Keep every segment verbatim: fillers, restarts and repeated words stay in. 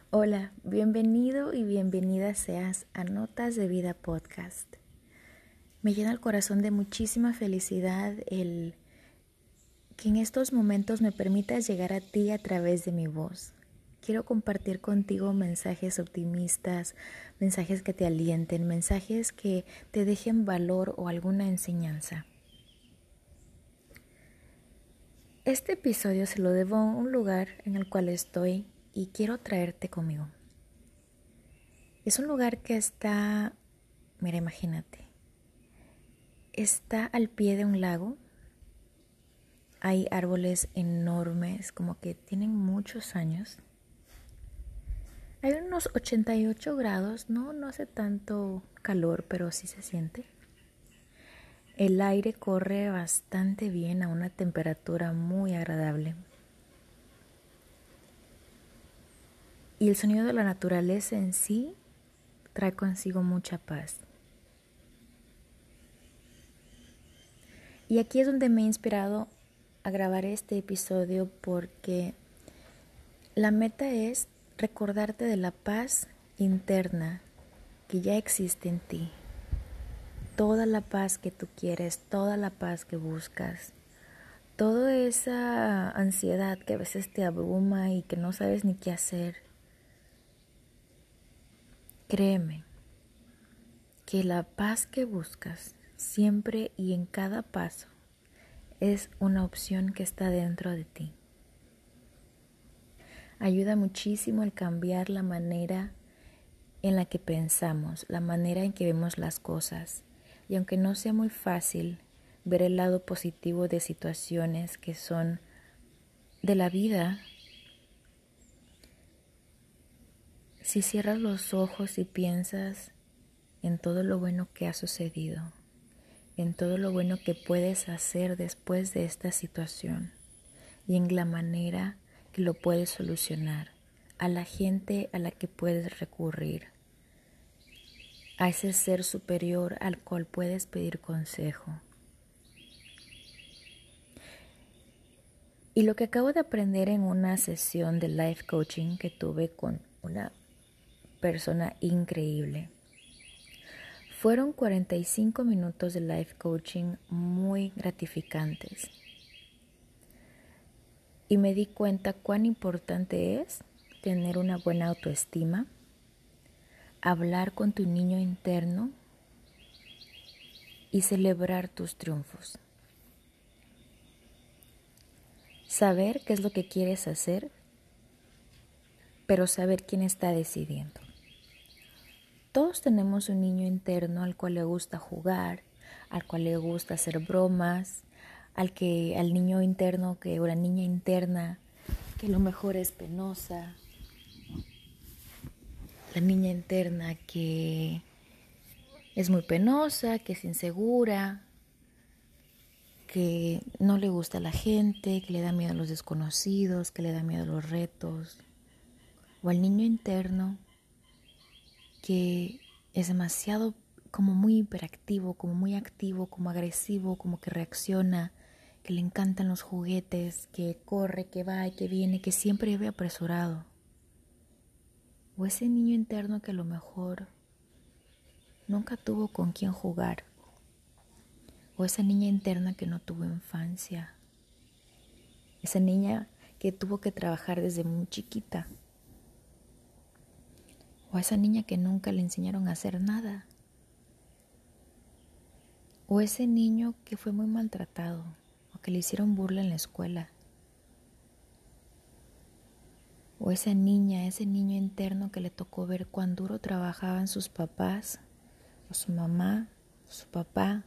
Hola, bienvenido y bienvenida seas a Notas de Vida Podcast. Me llena el corazón de muchísima felicidad el que en estos momentos me permitas llegar a ti a través de mi voz. Quiero compartir contigo mensajes optimistas, mensajes que te alienten, mensajes que te dejen valor o alguna enseñanza. Este episodio se lo debo a un lugar en el cual estoy y quiero traerte conmigo. Es un lugar que está, mira, imagínate, está al pie de un lago. Hay árboles enormes, como que tienen muchos años. Hay unos ochenta y ocho grados, no, no hace tanto calor, pero sí se siente. El aire corre bastante bien a una temperatura muy agradable. Y el sonido de la naturaleza en sí trae consigo mucha paz. Y aquí es donde me he inspirado a grabar este episodio porque la meta es recordarte de la paz interna que ya existe en ti. Toda la paz que tú quieres, toda la paz que buscas, toda esa ansiedad que a veces te abruma y que no sabes ni qué hacer. Créeme que la paz que buscas siempre y en cada paso es una opción que está dentro de ti. Ayuda muchísimo el cambiar la manera en la que pensamos, la manera en que vemos las cosas. Y aunque no sea muy fácil ver el lado positivo de situaciones que son de la vida, si cierras los ojos y piensas en todo lo bueno que ha sucedido, en todo lo bueno que puedes hacer después de esta situación y en la manera que lo puedes solucionar, a la gente a la que puedes recurrir, a ese ser superior al cual puedes pedir consejo. Y lo que acabo de aprender en una sesión de life coaching que tuve con una persona increíble. Fueron cuarenta y cinco minutos de life coaching muy gratificantes. Y me di cuenta cuán importante es tener una buena autoestima, hablar con tu niño interno y celebrar tus triunfos. Saber qué es lo que quieres hacer, pero saber quién está decidiendo. Todos tenemos un niño interno al cual le gusta jugar, al cual le gusta hacer bromas, al que al niño interno que o la niña interna que a lo mejor es penosa, la niña interna que es muy penosa, que es insegura, que no le gusta a la gente, que le da miedo a los desconocidos, que le da miedo a los retos, o al niño interno que es demasiado como muy hiperactivo, como muy activo, como agresivo, como que reacciona, que le encantan los juguetes, que corre, que va y que viene, que siempre vive apresurado. O ese niño interno que a lo mejor nunca tuvo con quién jugar. O esa niña interna que no tuvo infancia. Esa niña que tuvo que trabajar desde muy chiquita. O esa niña que nunca le enseñaron a hacer nada. O ese niño que fue muy maltratado. O que le hicieron burla en la escuela. O esa niña, ese niño interno que le tocó ver cuán duro trabajaban sus papás. O su mamá, o su papá.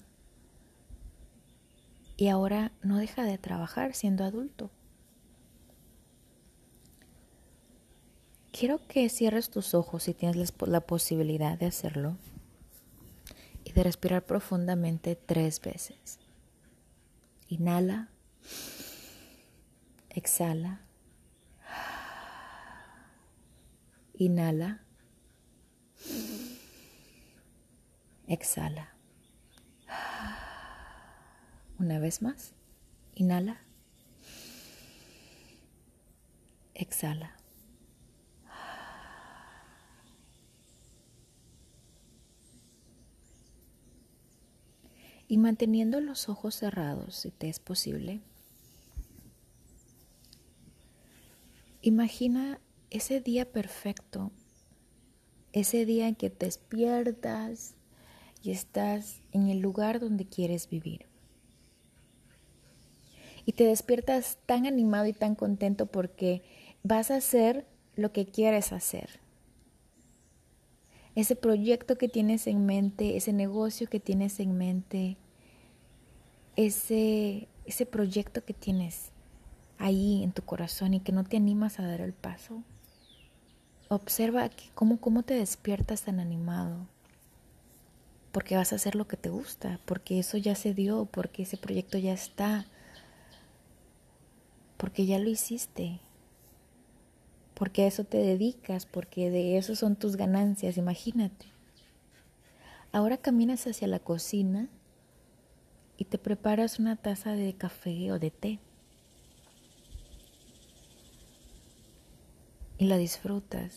Y ahora no deja de trabajar siendo adulto. Quiero que cierres tus ojos si tienes la posibilidad de hacerlo y de respirar profundamente tres veces. Inhala, exhala, inhala, exhala. Una vez más, inhala, exhala. Y manteniendo los ojos cerrados, si te es posible, imagina ese día perfecto, ese día en que te despiertas y estás en el lugar donde quieres vivir. Y te despiertas tan animado y tan contento porque vas a hacer lo que quieres hacer. Ese proyecto que tienes en mente, ese negocio que tienes en mente, ese, ese proyecto que tienes ahí en tu corazón y que no te animas a dar el paso. Observa que cómo, cómo te despiertas tan animado, porque vas a hacer lo que te gusta, porque eso ya se dio, porque ese proyecto ya está, porque ya lo hiciste, porque a eso te dedicas, porque de eso son tus ganancias, imagínate. Ahora caminas hacia la cocina y te preparas una taza de café o de té y la disfrutas.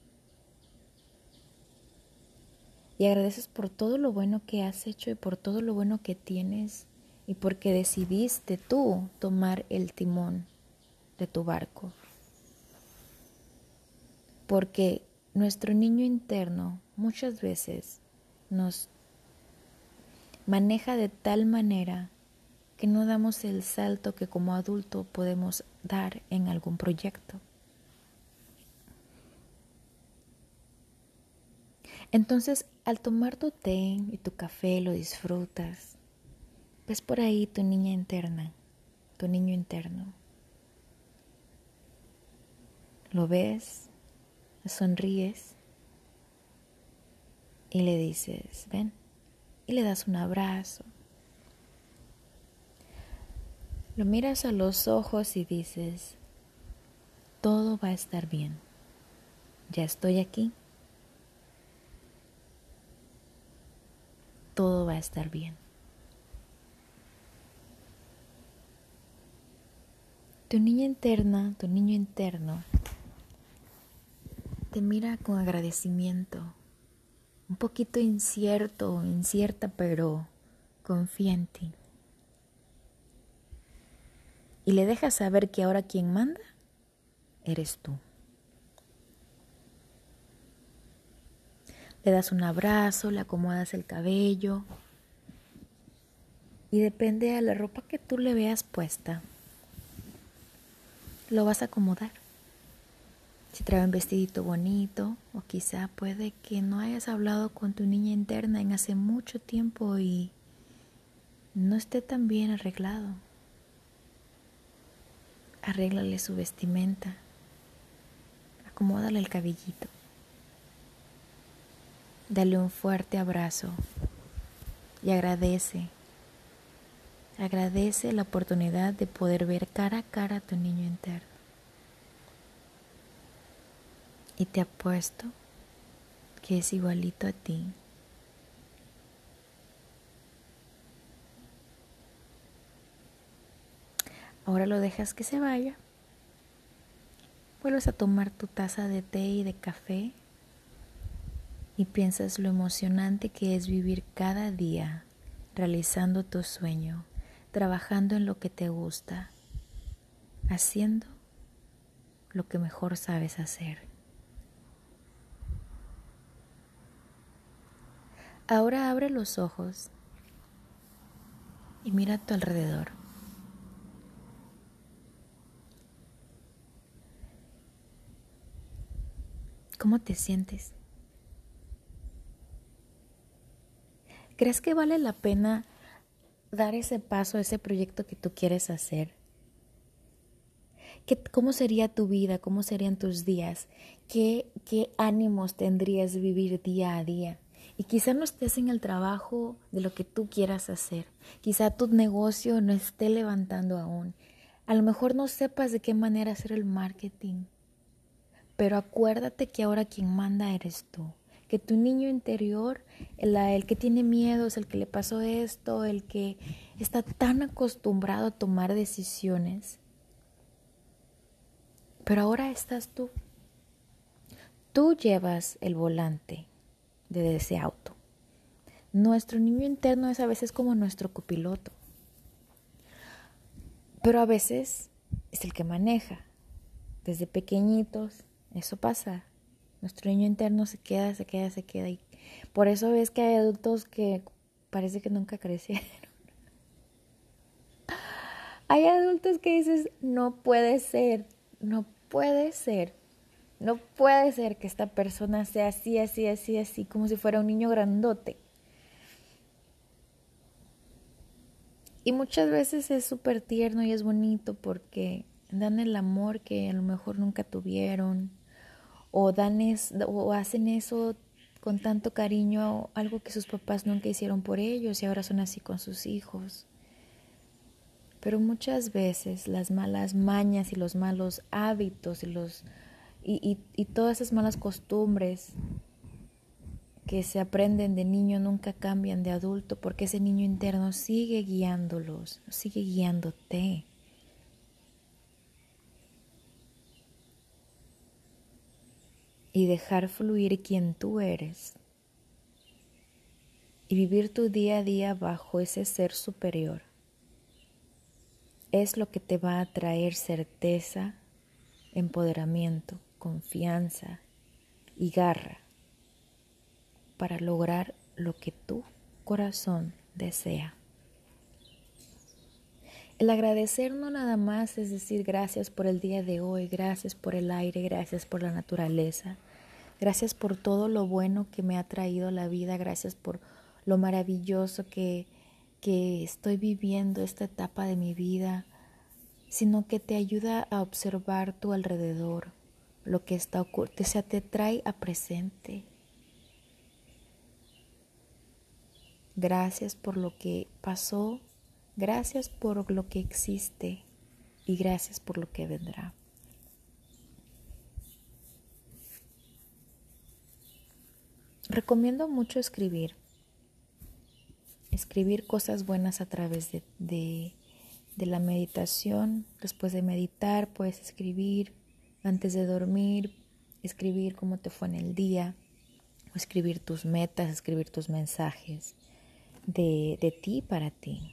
Y agradeces por todo lo bueno que has hecho y por todo lo bueno que tienes y porque decidiste tú tomar el timón de tu barco. Porque nuestro niño interno muchas veces nos maneja de tal manera que no damos el salto que como adulto podemos dar en algún proyecto. Entonces, al tomar tu té y tu café lo disfrutas, ves por ahí tu niña interna, tu niño interno. Lo ves, sonríes y le dices, ven, y le das un abrazo. Lo miras a los ojos y dices, todo va a estar bien, ya estoy aquí, todo va a estar bien. Tu niña interna, tu niño interno, te mira con agradecimiento, un poquito incierto, incierta, pero confía en ti. Y le dejas saber que ahora quien manda eres tú. Le das un abrazo, le acomodas el cabello y depende de la ropa que tú le veas puesta, lo vas a acomodar. Si trae un vestidito bonito o quizá puede que no hayas hablado con tu niña interna en hace mucho tiempo y no esté tan bien arreglado. Arréglale su vestimenta, acomódale el cabellito, dale un fuerte abrazo y agradece, agradece la oportunidad de poder ver cara a cara a tu niño interno. Y te apuesto que es igualito a ti. Ahora lo dejas que se vaya. Vuelves a tomar tu taza de té y de café y piensas lo emocionante que es vivir cada día realizando tu sueño, trabajando en lo que te gusta, haciendo lo que mejor sabes hacer. Ahora abre los ojos y mira a tu alrededor. ¿Cómo te sientes? ¿Crees que vale la pena dar ese paso, ese proyecto que tú quieres hacer? ¿Qué, ¿Cómo sería tu vida? ¿Cómo serían tus días? ¿Qué, qué ánimos tendrías de vivir día a día? Y quizá no estés en el trabajo de lo que tú quieras hacer. Quizá tu negocio no esté levantando aún. A lo mejor no sepas de qué manera hacer el marketing. Pero acuérdate que ahora quien manda eres tú. Que tu niño interior, el, el que tiene miedos, el que le pasó esto, el que está tan acostumbrado a tomar decisiones. Pero ahora estás tú. Tú llevas el volante de ese auto. Nuestro niño interno es a veces como nuestro copiloto, pero a veces es el que maneja. Desde pequeñitos, eso pasa. Nuestro niño interno se queda, se queda, se queda. Y por eso ves que hay adultos que parece que nunca crecieron. Hay adultos que dices, no puede ser, no puede ser. No puede ser que esta persona sea así, así, así, así, como si fuera un niño grandote. Y muchas veces es súper tierno y es bonito porque dan el amor que a lo mejor nunca tuvieron, o dan es, o hacen eso con tanto cariño, algo que sus papás nunca hicieron por ellos y ahora son así con sus hijos. Pero muchas veces las malas mañas y los malos hábitos y los y, y, y todas esas malas costumbres que se aprenden de niño nunca cambian de adulto, porque ese niño interno sigue guiándolos, sigue guiándote. Y dejar fluir quien tú eres y vivir tu día a día bajo ese ser superior es lo que te va a traer certeza, empoderamiento, confianza y garra para lograr lo que tu corazón desea. El agradecer no nada más es decir gracias por el día de hoy, gracias por el aire, gracias por la naturaleza, gracias por todo lo bueno que me ha traído la vida, gracias por lo maravilloso que, que estoy viviendo esta etapa de mi vida, sino que te ayuda a observar tu alrededor, lo que está ocurriendo, o sea, te trae a presente. Gracias por lo que pasó, gracias por lo que existe y gracias por lo que vendrá. Recomiendo mucho escribir, escribir cosas buenas a través de, de, de la meditación. Después de meditar puedes escribir, antes de dormir, escribir cómo te fue en el día, o escribir tus metas, escribir tus mensajes de, de ti para ti.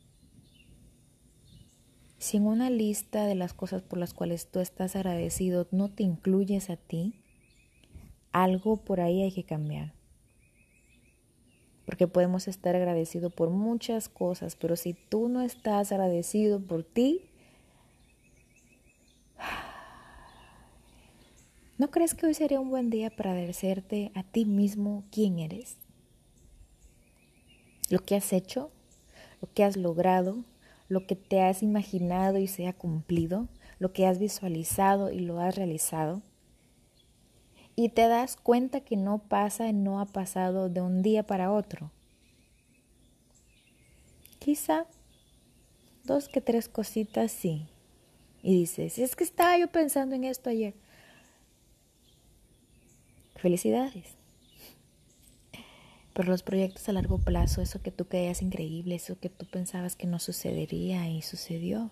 Si en una lista de las cosas por las cuales tú estás agradecido no te incluyes a ti, algo por ahí hay que cambiar. Porque podemos estar agradecidos por muchas cosas, pero si tú no estás agradecido por ti, ¿no crees que hoy sería un buen día para agradecerte a ti mismo quién eres? Lo que has hecho, lo que has logrado, lo que te has imaginado y se ha cumplido, lo que has visualizado y lo has realizado. Y te das cuenta que no pasa y no ha pasado de un día para otro. Quizá dos que tres cositas sí. Y dices, es que estaba yo pensando en esto ayer. Felicidades. Pero los proyectos a largo plazo, eso que tú creías increíble, eso que tú pensabas que no sucedería y sucedió.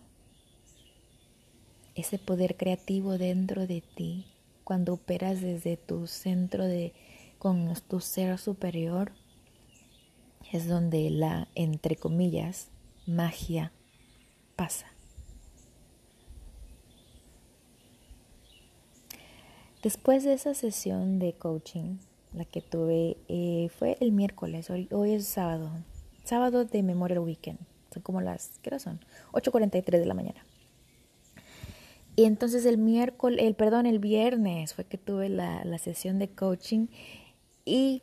Ese poder creativo dentro de ti, cuando operas desde tu centro de, con tu ser superior, es donde la, entre comillas, magia pasa. Después de esa sesión de coaching, la que tuve eh, fue el miércoles, hoy, hoy es sábado, sábado de Memorial Weekend, son como las, ¿qué hora son? ocho cuarenta y tres de la mañana. Y entonces el miércoles, el perdón, el viernes fue que tuve la, la sesión de coaching y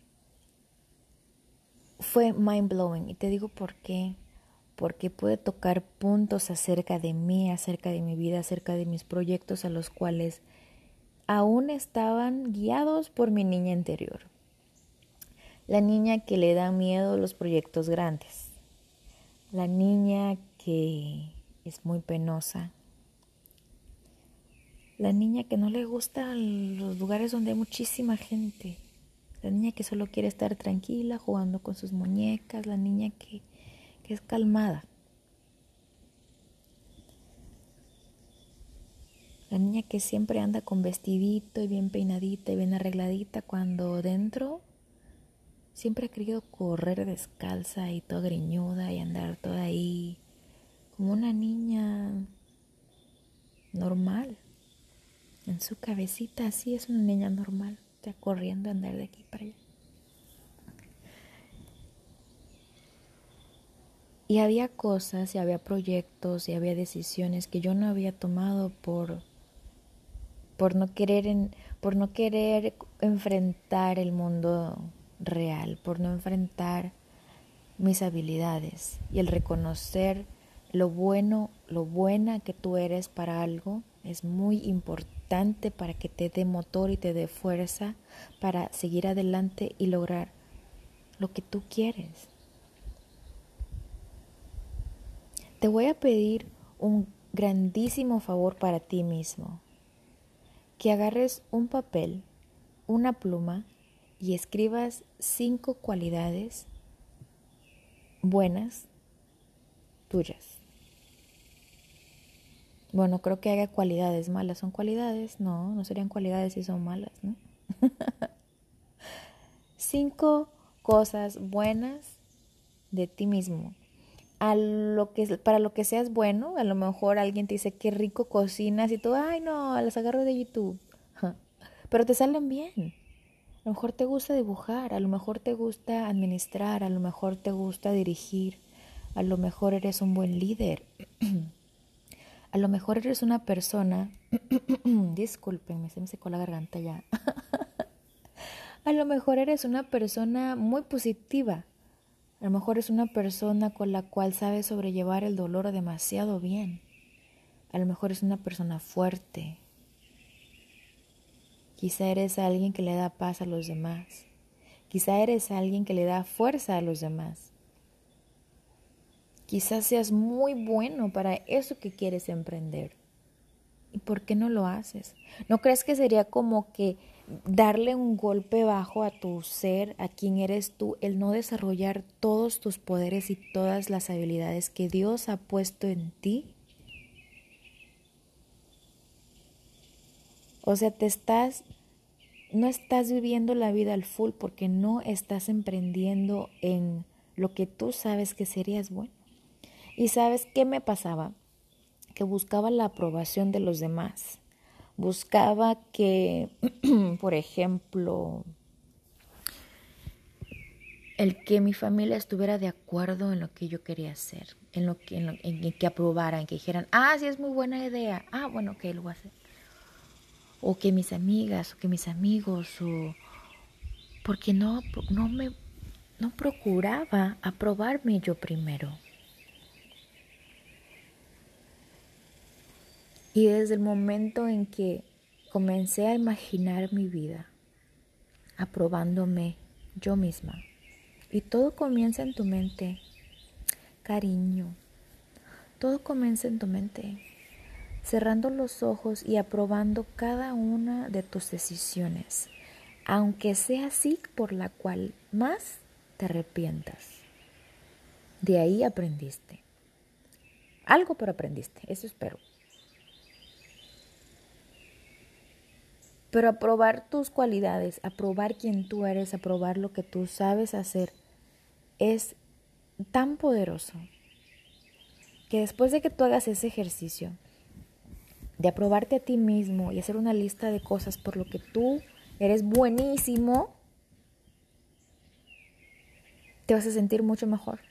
fue mind blowing. Y te digo por qué. Porque pude tocar puntos acerca de mí, acerca de mi vida, acerca de mis proyectos a los cuales aún estaban guiados por mi niña interior. La niña que le da miedo a los proyectos grandes. La niña que es muy penosa. La niña que no le gustan los lugares donde hay muchísima gente. La niña que solo quiere estar tranquila jugando con sus muñecas. La niña que, que es calmada. La niña que siempre anda con vestidito y bien peinadita y bien arregladita cuando dentro siempre he querido correr descalza y toda greñuda y andar toda ahí como una niña normal. En su cabecita así es una niña normal, ya corriendo a andar de aquí para allá. Y había cosas y había proyectos y había decisiones que yo no había tomado por, por, no, querer en, por no querer enfrentar el mundo real, por no enfrentar mis habilidades y el reconocer lo bueno, lo buena que tú eres para algo es muy importante para que te dé motor y te dé fuerza para seguir adelante y lograr lo que tú quieres. Te voy a pedir un grandísimo favor para ti mismo, que agarres un papel, una pluma y escribas cinco cualidades buenas tuyas. Bueno, creo que haya cualidades malas. ¿Son cualidades? No, no serían cualidades si son malas, ¿no? Cinco cosas buenas de ti mismo. A lo que, para lo que seas bueno, a lo mejor alguien te dice qué rico cocinas y tú, ay no, las agarro de YouTube. Pero te salen bien. A lo mejor te gusta dibujar, a lo mejor te gusta administrar, a lo mejor te gusta dirigir, a lo mejor eres un buen líder. A lo mejor eres una persona, discúlpenme, se me secó la garganta ya. A lo mejor eres una persona muy positiva. A lo mejor es una persona con la cual sabes sobrellevar el dolor demasiado bien. A lo mejor es una persona fuerte. Quizá eres alguien que le da paz a los demás. Quizá eres alguien que le da fuerza a los demás. Quizás seas muy bueno para eso que quieres emprender. ¿Y por qué no lo haces? ¿No crees que sería como que darle un golpe bajo a tu ser, a quien eres tú, el no desarrollar todos tus poderes y todas las habilidades que Dios ha puesto en ti? O sea, te estás, no estás viviendo la vida al full porque no estás emprendiendo en lo que tú sabes que serías bueno. ¿Y sabes qué me pasaba? Que buscaba la aprobación de los demás. Buscaba que, por ejemplo, el que mi familia estuviera de acuerdo en lo que yo quería hacer, en lo que, en lo, en que aprobaran, que dijeran, ah, sí, es muy buena idea, ah, bueno, ok, lo voy a hacer. O que mis amigas, o que mis amigos, o porque no, no me, no procuraba aprobarme yo primero. Y desde el momento en que comencé a imaginar mi vida, aprobándome yo misma, y todo comienza en tu mente, cariño, todo comienza en tu mente, cerrando los ojos y aprobando cada una de tus decisiones, aunque sea así por la cual más te arrepientas. De ahí aprendiste. Algo pero aprendiste, eso espero. Pero aprobar tus cualidades, aprobar quién tú eres, aprobar lo que tú sabes hacer, es tan poderoso que después de que tú hagas ese ejercicio de aprobarte a ti mismo y hacer una lista de cosas por lo que tú eres buenísimo, te vas a sentir mucho mejor.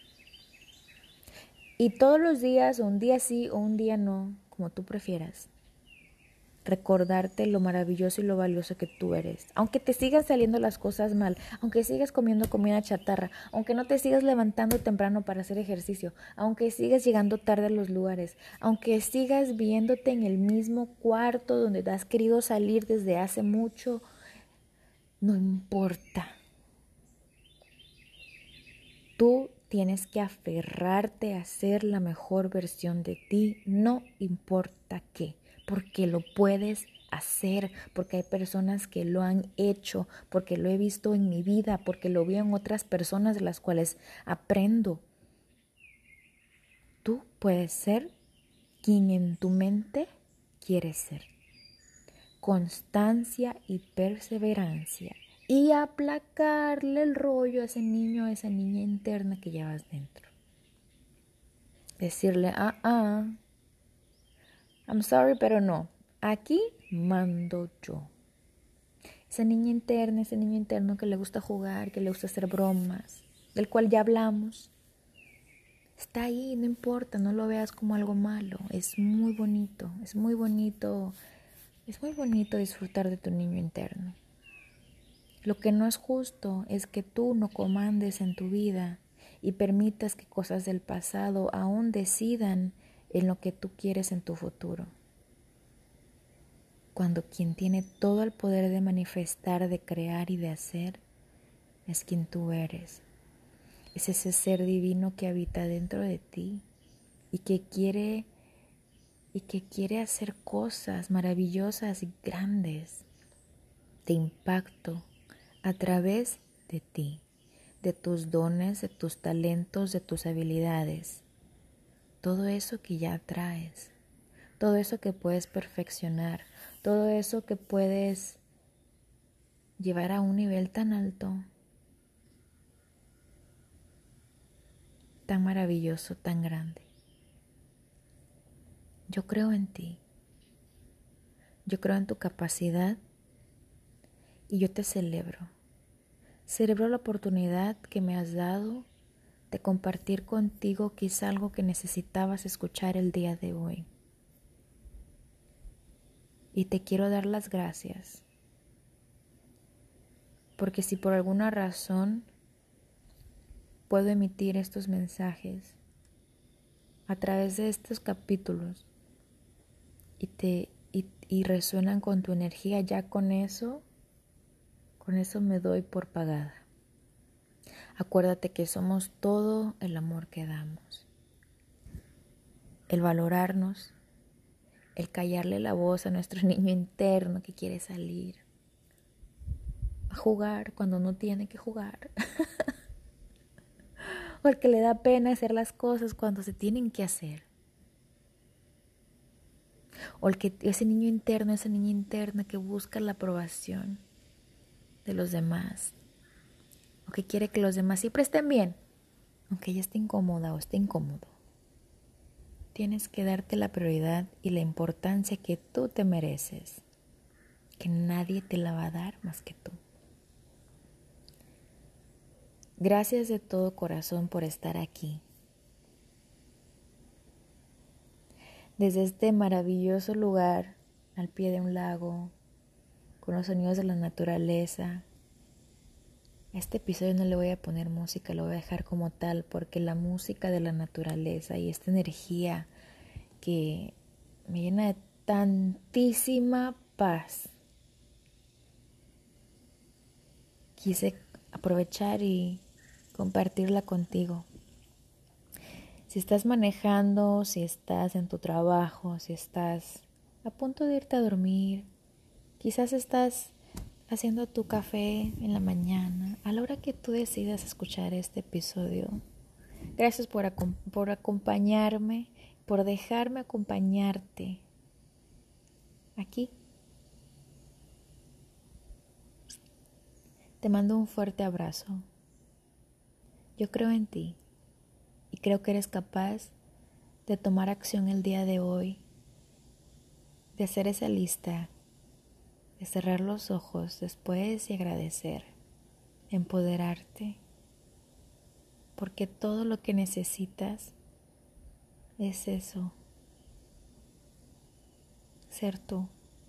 Y todos los días, o un día sí o un día no, como tú prefieras, recordarte lo maravilloso y lo valioso que tú eres. Aunque te sigan saliendo las cosas mal, aunque sigas comiendo comida chatarra, aunque no te sigas levantando temprano para hacer ejercicio, aunque sigas llegando tarde a los lugares, aunque sigas viéndote en el mismo cuarto donde te has querido salir desde hace mucho, no importa. Tú tienes que aferrarte a ser la mejor versión de ti, no importa qué, porque lo puedes hacer, porque hay personas que lo han hecho, porque lo he visto en mi vida, porque lo veo en otras personas de las cuales aprendo. Tú puedes ser quien en tu mente quieres ser. Constancia y perseverancia y aplacarle el rollo a ese niño, a esa niña interna que llevas dentro. Decirle, ah, ah, I'm sorry, pero no, aquí mando yo. Esa niña interna, ese niño interno que le gusta jugar, que le gusta hacer bromas, del cual ya hablamos, está ahí, no importa, no lo veas como algo malo, es muy bonito, es muy bonito, es muy bonito disfrutar de tu niño interno. Lo que no es justo es que tú no comandes en tu vida y permitas que cosas del pasado aún decidan en lo que tú quieres en tu futuro. Cuando quien tiene todo el poder de manifestar, de crear y de hacer, es quien tú eres. Es ese ser divino que habita dentro de ti y que quiere, y que quiere hacer cosas maravillosas y grandes de impacto a través de ti, de tus dones, de tus talentos, de tus habilidades. Todo eso que ya traes, todo eso que puedes perfeccionar, todo eso que puedes llevar a un nivel tan alto, tan maravilloso, tan grande. Yo creo en ti, yo creo en tu capacidad y yo te celebro. Celebro la oportunidad que me has dado de compartir contigo quizá algo que necesitabas escuchar el día de hoy. Y te quiero dar las gracias, porque si por alguna razón puedo emitir estos mensajes a través de estos capítulos y te y, y resuenan con tu energía, ya con eso, con eso me doy por pagada. Acuérdate que somos todo el amor que damos, el valorarnos, el callarle la voz a nuestro niño interno que quiere salir a jugar cuando no tiene que jugar, o el que le da pena hacer las cosas cuando se tienen que hacer, o el que ese niño interno, esa niña interna que busca la aprobación de los demás, o que quiere que los demás siempre estén bien, aunque ella esté incómoda o esté incómodo. Tienes que darte la prioridad y la importancia que tú te mereces, que nadie te la va a dar más que tú. Gracias de todo corazón por estar aquí. Desde este maravilloso lugar, al pie de un lago, con los sonidos de la naturaleza. A este episodio no le voy a poner música, lo voy a dejar como tal, porque la música de la naturaleza y esta energía que me llena de tantísima paz, quise aprovechar y compartirla contigo. Si estás manejando, si estás en tu trabajo, si estás a punto de irte a dormir, quizás estás haciendo tu café en la mañana, a la hora que tú decidas escuchar este episodio. Gracias por, acom- por acompañarme, por dejarme acompañarte aquí. Te mando un fuerte abrazo. Yo creo en ti y creo que eres capaz de tomar acción el día de hoy, de hacer esa lista, de cerrar los ojos después y agradecer, empoderarte, porque todo lo que necesitas es eso, ser tú.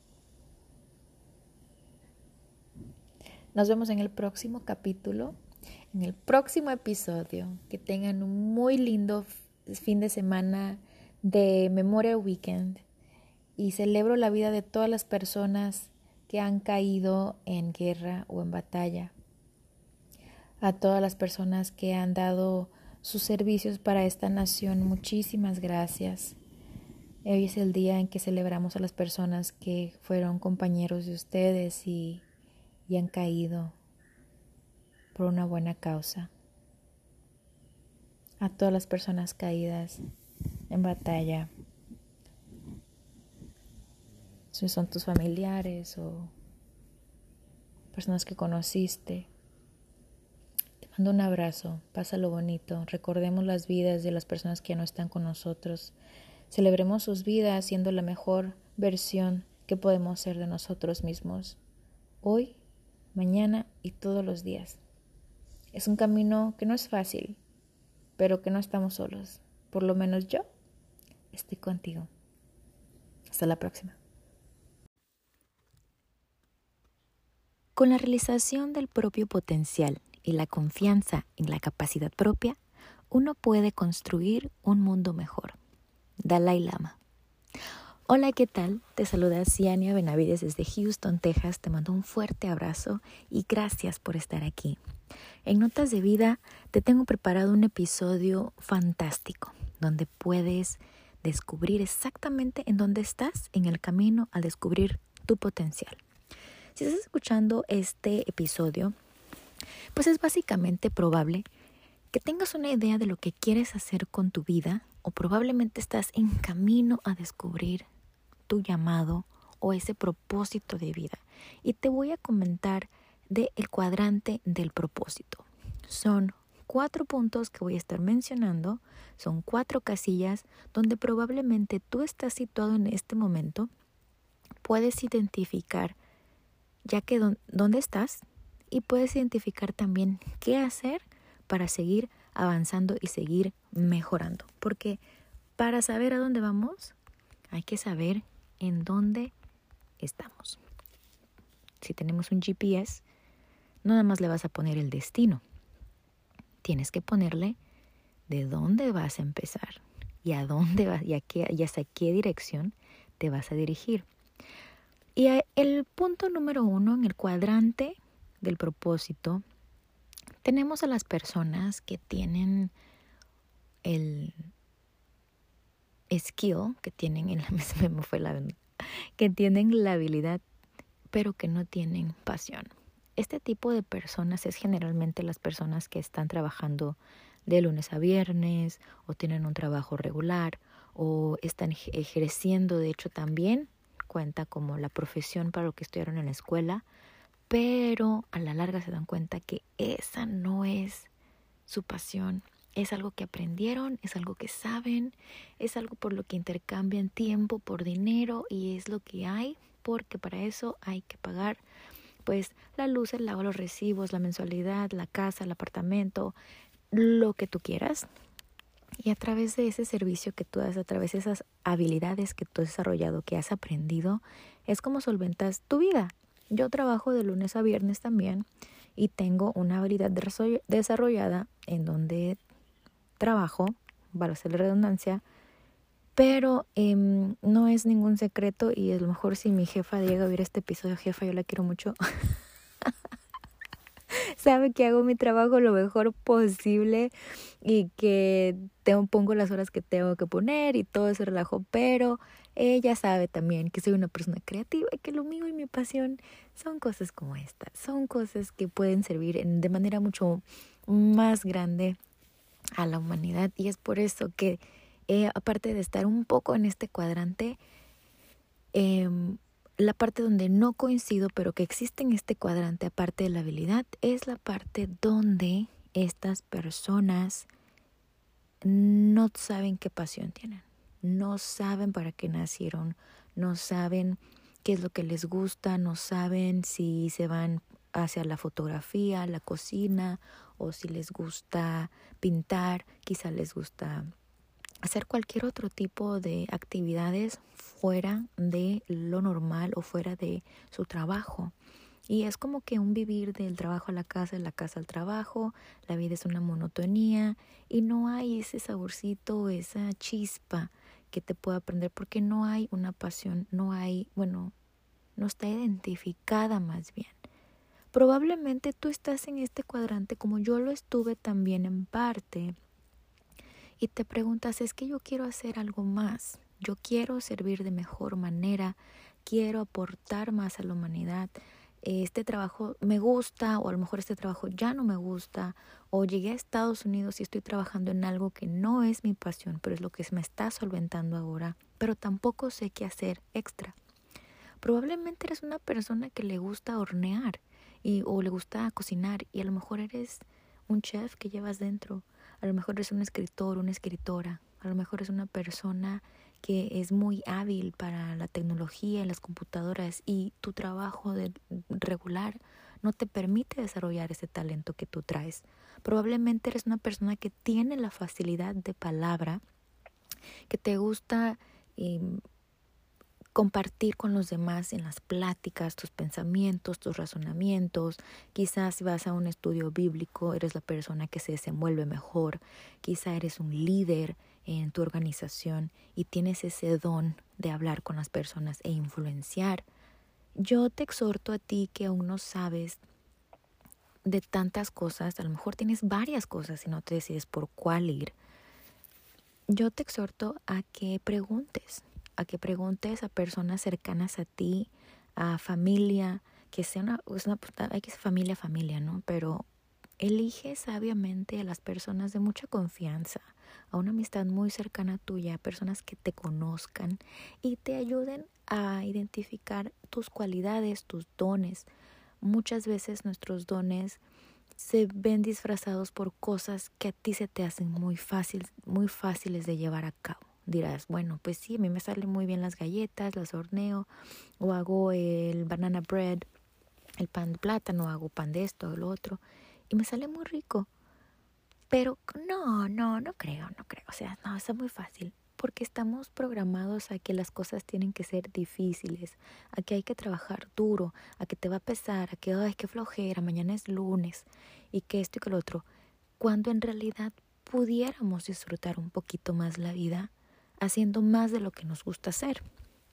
Nos vemos en el próximo capítulo, en el próximo episodio. Que tengan un muy lindo fin de semana de Memorial Weekend y celebro la vida de todas las personas que han caído en guerra o en batalla. A todas las personas que han dado sus servicios para esta nación, muchísimas gracias. Hoy es el día en que celebramos a las personas que fueron compañeros de ustedes y, y han caído por una buena causa. A todas las personas caídas en batalla, si son tus familiares o personas que conociste. Te mando un abrazo, pásalo bonito, recordemos las vidas de las personas que ya no están con nosotros, celebremos sus vidas siendo la mejor versión que podemos ser de nosotros mismos, hoy, mañana y todos los días. Es un camino que no es fácil, pero que no estamos solos, por lo menos yo estoy contigo. Hasta la próxima. Con la realización del propio potencial y la confianza en la capacidad propia, uno puede construir un mundo mejor. Dalai Lama. Hola, ¿qué tal? Te saluda Ciania Benavides desde Houston, Texas. Te mando un fuerte abrazo y gracias por estar aquí. En Notas de Vida te tengo preparado un episodio fantástico donde puedes descubrir exactamente en dónde estás en el camino a descubrir tu potencial. Si estás escuchando este episodio, pues es básicamente probable que tengas una idea de lo que quieres hacer con tu vida o probablemente estás en camino a descubrir tu llamado o ese propósito de vida. Y te voy a comentar del cuadrante del propósito. Son cuatro puntos que voy a estar mencionando, son cuatro casillas donde probablemente tú estás situado en este momento, puedes identificar ya que don, dónde estás y puedes identificar también qué hacer para seguir avanzando y seguir mejorando. Porque para saber a dónde vamos, hay que saber en dónde estamos. Si tenemos un G P S, no nada más le vas a poner el destino. Tienes que ponerle de dónde vas a empezar y a dónde vas y, a qué, y hasta qué dirección te vas a dirigir. Y el punto número uno en el cuadrante del propósito, tenemos a las personas que tienen el skill, que tienen, el, se me fue la, que tienen la habilidad, pero que no tienen pasión. Este tipo de personas es generalmente las personas que están trabajando de lunes a viernes o tienen un trabajo regular o están ejerciendo, de hecho también cuenta como la profesión para lo que estudiaron en la escuela, pero a la larga se dan cuenta que esa no es su pasión. Es algo que aprendieron, es algo que saben, es algo por lo que intercambian tiempo por dinero y es lo que hay, porque para eso hay que pagar pues la luz, el agua, los recibos, la mensualidad, la casa, el apartamento, lo que tú quieras. Y a través de ese servicio que tú das, a través de esas habilidades que tú has desarrollado, que has aprendido, es como solventas tu vida. Yo trabajo de lunes a viernes también y tengo una habilidad desarrollada en donde trabajo, para hacer la redundancia, pero eh, no es ningún secreto y a lo mejor si mi jefa llega a ver este episodio, jefa, yo la quiero mucho, sabe que hago mi trabajo lo mejor posible y que tengo, pongo las horas que tengo que poner y todo ese relajo, pero ella sabe también que soy una persona creativa y que lo mío y mi pasión son cosas como esta, son cosas que pueden servir en, de manera mucho más grande a la humanidad y es por eso que Eh, aparte de estar un poco en este cuadrante, eh, la parte donde no coincido, pero que existe en este cuadrante, aparte de la habilidad, es la parte donde estas personas no saben qué pasión tienen, no saben para qué nacieron, no saben qué es lo que les gusta, no saben si se van hacia la fotografía, la cocina, o si les gusta pintar, quizá les gusta hacer cualquier otro tipo de actividades fuera de lo normal o fuera de su trabajo. Y es como que un vivir del trabajo a la casa, de la casa al trabajo, la vida es una monotonía y no hay ese saborcito, esa chispa que te pueda aprender porque no hay una pasión, no hay, bueno, no está identificada más bien. Probablemente tú estás en este cuadrante como yo lo estuve también en parte. Y te preguntas, es que yo quiero hacer algo más, yo quiero servir de mejor manera, quiero aportar más a la humanidad, este trabajo me gusta o a lo mejor este trabajo ya no me gusta o llegué a Estados Unidos y estoy trabajando en algo que no es mi pasión, pero es lo que me está solventando ahora, pero tampoco sé qué hacer extra. Probablemente eres una persona que le gusta hornear y, o le gusta cocinar y a lo mejor eres un chef que llevas dentro, a lo mejor eres un escritor, una escritora, a lo mejor es una persona que es muy hábil para la tecnología y las computadoras y tu trabajo de regular no te permite desarrollar ese talento que tú traes. Probablemente eres una persona que tiene la facilidad de palabra, que te gusta eh, compartir con los demás en las pláticas, tus pensamientos, tus razonamientos. Quizás si vas a un estudio bíblico, eres la persona que se desenvuelve mejor. Quizás eres un líder en tu organización y tienes ese don de hablar con las personas e influenciar. Yo te exhorto a ti que aún no sabes de tantas cosas, a lo mejor tienes varias cosas y no te decides por cuál ir. Yo te exhorto a que preguntes, a que preguntes a personas cercanas a ti, a familia, que sea una, una hay que ser familia, familia, ¿no? Pero elige sabiamente a las personas de mucha confianza, a una amistad muy cercana tuya, personas que te conozcan y te ayuden a identificar tus cualidades, tus dones. Muchas veces nuestros dones se ven disfrazados por cosas que a ti se te hacen muy fácil, muy fáciles de llevar a cabo. Dirás, bueno, pues sí, a mí me salen muy bien las galletas, las horneo, o hago el banana bread, el pan de plátano, hago pan de esto o lo otro, y me sale muy rico. Pero no, no, no creo, no creo. O sea, no, está muy fácil. Porque estamos programados a que las cosas tienen que ser difíciles, a que hay que trabajar duro, a que te va a pesar, a que, ay, qué flojera, mañana es lunes, y que esto y que lo otro. Cuando en realidad pudiéramos disfrutar un poquito más la vida, haciendo más de lo que nos gusta hacer.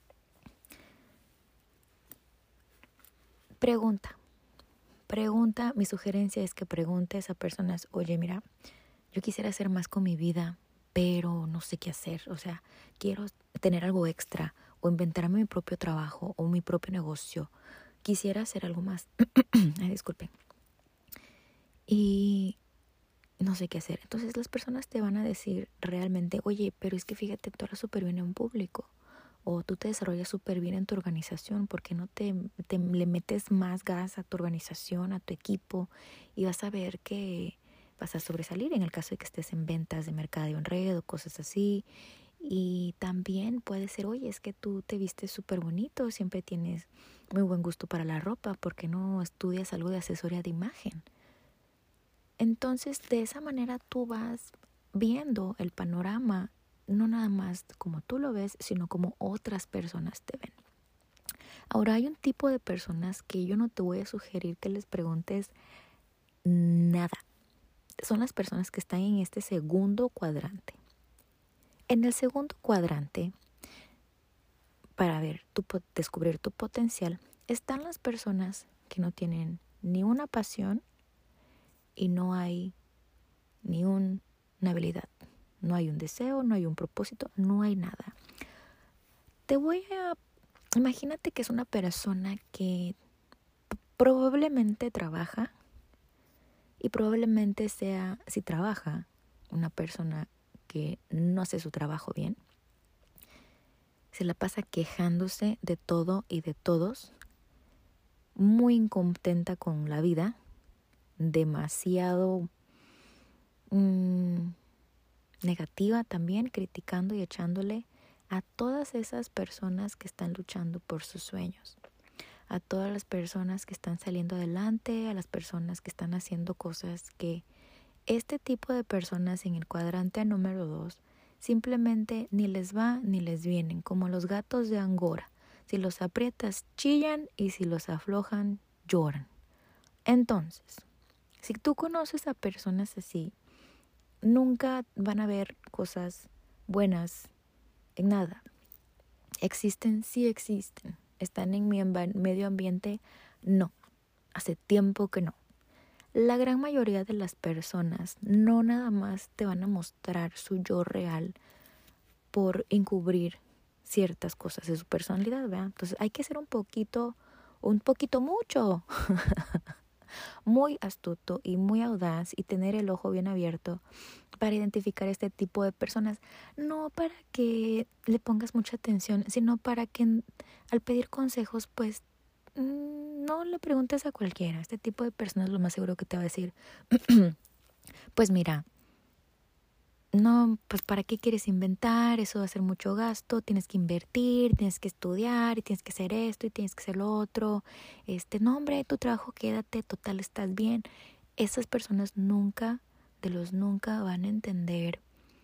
Pregunta. Pregunta, mi sugerencia es que preguntes a personas, oye, mira, yo quisiera hacer más con mi vida, pero no sé qué hacer. O sea, quiero tener algo extra o inventarme mi propio trabajo o mi propio negocio. Quisiera hacer algo más. Ay, disculpen. Y no sé qué hacer. Entonces las personas te van a decir realmente, oye, pero es que fíjate, tú hablas súper bien en público. O tú te desarrollas súper bien en tu organización, ¿por qué no te, te le metes más gas a tu organización, a tu equipo? Y vas a ver que vas a sobresalir en el caso de que estés en ventas de mercadeo en red o cosas así. Y también puede ser, oye, es que tú te vistes súper bonito, siempre tienes muy buen gusto para la ropa, ¿por qué no estudias algo de asesoría de imagen? Entonces, de esa manera tú vas viendo el panorama, no nada más como tú lo ves, sino como otras personas te ven. Ahora, hay un tipo de personas que yo no te voy a sugerir que les preguntes nada. Son las personas que están en este segundo cuadrante. En el segundo cuadrante, para ver tu, descubrir tu potencial, están las personas que no tienen ni una pasión y no hay ni un, una habilidad. No hay un deseo, no hay un propósito, no hay nada. Te voy a... Imagínate que es una persona que probablemente trabaja y probablemente sea, si trabaja, una persona que no hace su trabajo bien. Se la pasa quejándose de todo y de todos, muy incontenta con la vida, demasiado mmm, negativa también, criticando y echándole a todas esas personas que están luchando por sus sueños, a todas las personas que están saliendo adelante, a las personas que están haciendo cosas que este tipo de personas en el cuadrante número dos simplemente ni les va ni les vienen, como los gatos de Angora. Si los aprietas chillan y si los aflojan lloran. Entonces, si tú conoces a personas así, nunca van a ver cosas buenas en nada. ¿Existen? Sí existen. ¿Están en mi medio ambiente? No. Hace tiempo que no. La gran mayoría de las personas no nada más te van a mostrar su yo real por encubrir ciertas cosas de su personalidad, ¿verdad? Entonces hay que ser un poquito, un poquito mucho, muy astuto y muy audaz y tener el ojo bien abierto para identificar este tipo de personas, no para que le pongas mucha atención, sino para que al pedir consejos, pues no le le preguntes a cualquiera, este tipo de personas lo más seguro que te va a decir, pues mira, no, pues ¿para qué quieres inventar? Eso va a ser mucho gasto, tienes que invertir, tienes que estudiar y tienes que hacer esto y tienes que hacer lo otro. Este, no, hombre, tu trabajo, quédate, total, estás bien. Esas personas nunca, de los nunca, van a entender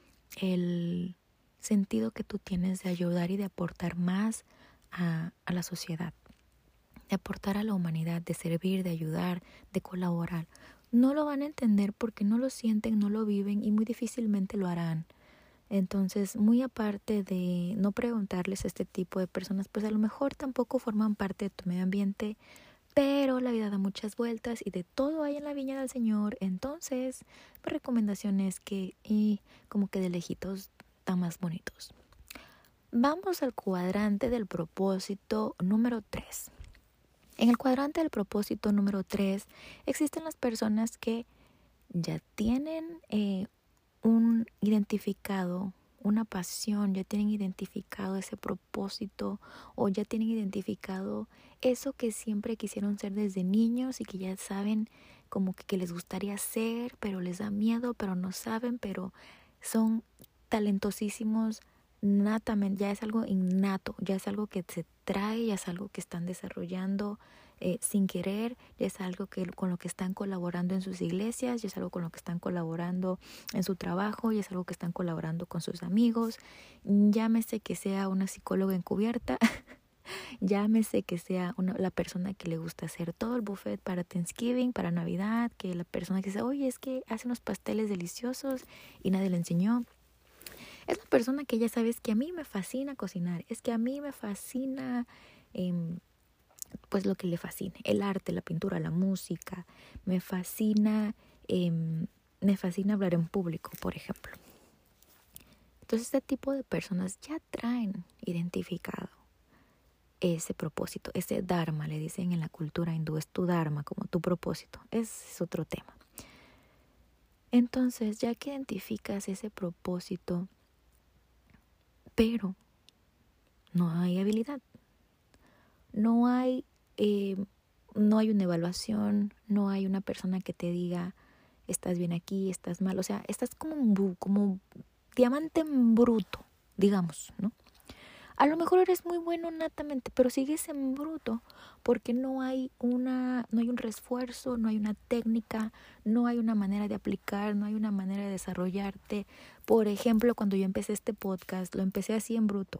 el sentido que tú tienes de ayudar y de aportar más a, a la sociedad, de aportar a la humanidad, de servir, de ayudar, de colaborar. No lo van a entender porque no lo sienten, no lo viven y muy difícilmente lo harán. Entonces, muy aparte de no preguntarles a este tipo de personas, pues a lo mejor tampoco forman parte de tu medio ambiente, pero la vida da muchas vueltas y de todo hay en la viña del Señor. Entonces, mi recomendación es que, y como que de lejitos, están más bonitos. Vamos al cuadrante del propósito número tres. En el cuadrante del propósito número tres existen las personas que ya tienen eh, un identificado, una pasión, ya tienen identificado ese propósito o ya tienen identificado eso que siempre quisieron ser desde niños y que ya saben como que, que les gustaría ser, pero les da miedo, pero no saben, pero son talentosísimos natamente, ya es algo innato, ya es algo que se trae, ya es algo que están desarrollando eh, sin querer, ya es algo que con lo que están colaborando en sus iglesias, ya es algo con lo que están colaborando en su trabajo, ya es algo que están colaborando con sus amigos, llámese que sea una psicóloga encubierta, llámese que sea una, la persona que le gusta hacer todo el buffet para Thanksgiving, para Navidad, que la persona que dice, oye, es que hace unos pasteles deliciosos y nadie le enseñó. Es la persona que ya sabes que a mí me fascina cocinar, es que a mí me fascina, eh, pues lo que le fascine, el arte, la pintura, la música, me fascina, eh, me fascina hablar en público, por ejemplo. Entonces este tipo de personas ya traen identificado ese propósito, ese dharma, le dicen en la cultura hindú, es tu dharma, como tu propósito, ese es otro tema. Entonces ya que identificas ese propósito, pero no hay habilidad, no hay, eh, no hay una evaluación, no hay una persona que te diga, estás bien aquí, estás mal, o sea, estás como un como diamante en bruto, digamos, ¿no? A lo mejor eres muy bueno natamente, pero sigues en bruto porque no hay una, no hay un refuerzo, no hay una técnica, no hay una manera de aplicar, no hay una manera de desarrollarte. Por ejemplo, cuando yo empecé este podcast, lo empecé así en bruto.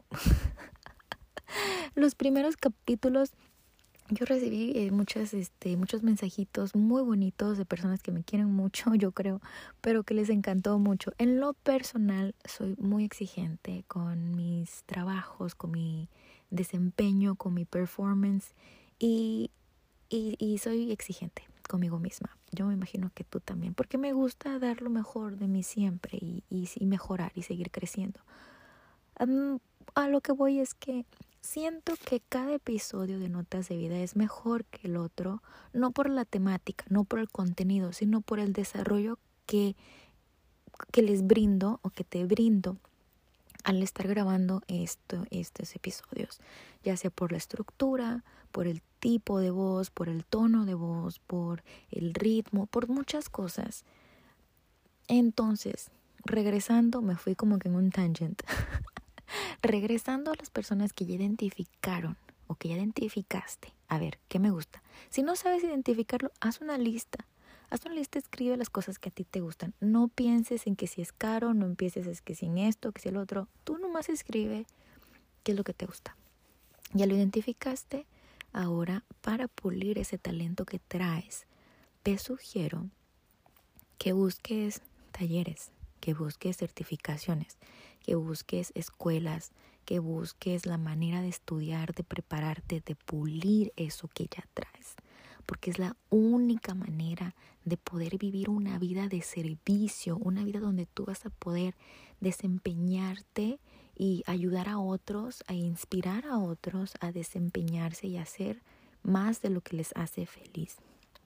Los primeros capítulos yo recibí eh, muchas, este, muchos mensajitos muy bonitos de personas que me quieren mucho, yo creo, pero que les encantó mucho. En lo personal, soy muy exigente con mis trabajos, con mi desempeño, con mi performance y, y, y soy exigente conmigo misma. Yo me imagino que tú también, porque me gusta dar lo mejor de mí siempre y, y, y mejorar y seguir creciendo. Um, a lo que voy es que siento que cada episodio de Notas de Vida es mejor que el otro, no por la temática, no por el contenido, sino por el desarrollo que, que les brindo o que te brindo al estar grabando esto, estos episodios, ya sea por la estructura, por el tipo de voz, por el tono de voz, por el ritmo, por muchas cosas. Entonces, regresando, me fui como que en un tangent. Regresando a las personas que ya identificaron o que ya identificaste, a ver, ¿qué me gusta? Si no sabes identificarlo, haz una lista. Haz una lista, escribe las cosas que a ti te gustan. No pienses en que si es caro, no empieces en que si en esto, que si el otro. Tú nomás escribe qué es lo que te gusta. Ya lo identificaste. Ahora, para pulir ese talento que traes, te sugiero que busques talleres, que busques certificaciones, que busques escuelas, que busques la manera de estudiar, de prepararte, de pulir eso que ya traes. Porque es la única manera de poder vivir una vida de servicio, una vida donde tú vas a poder desempeñarte y ayudar a otros, a inspirar a otros a desempeñarse y hacer más de lo que les hace feliz.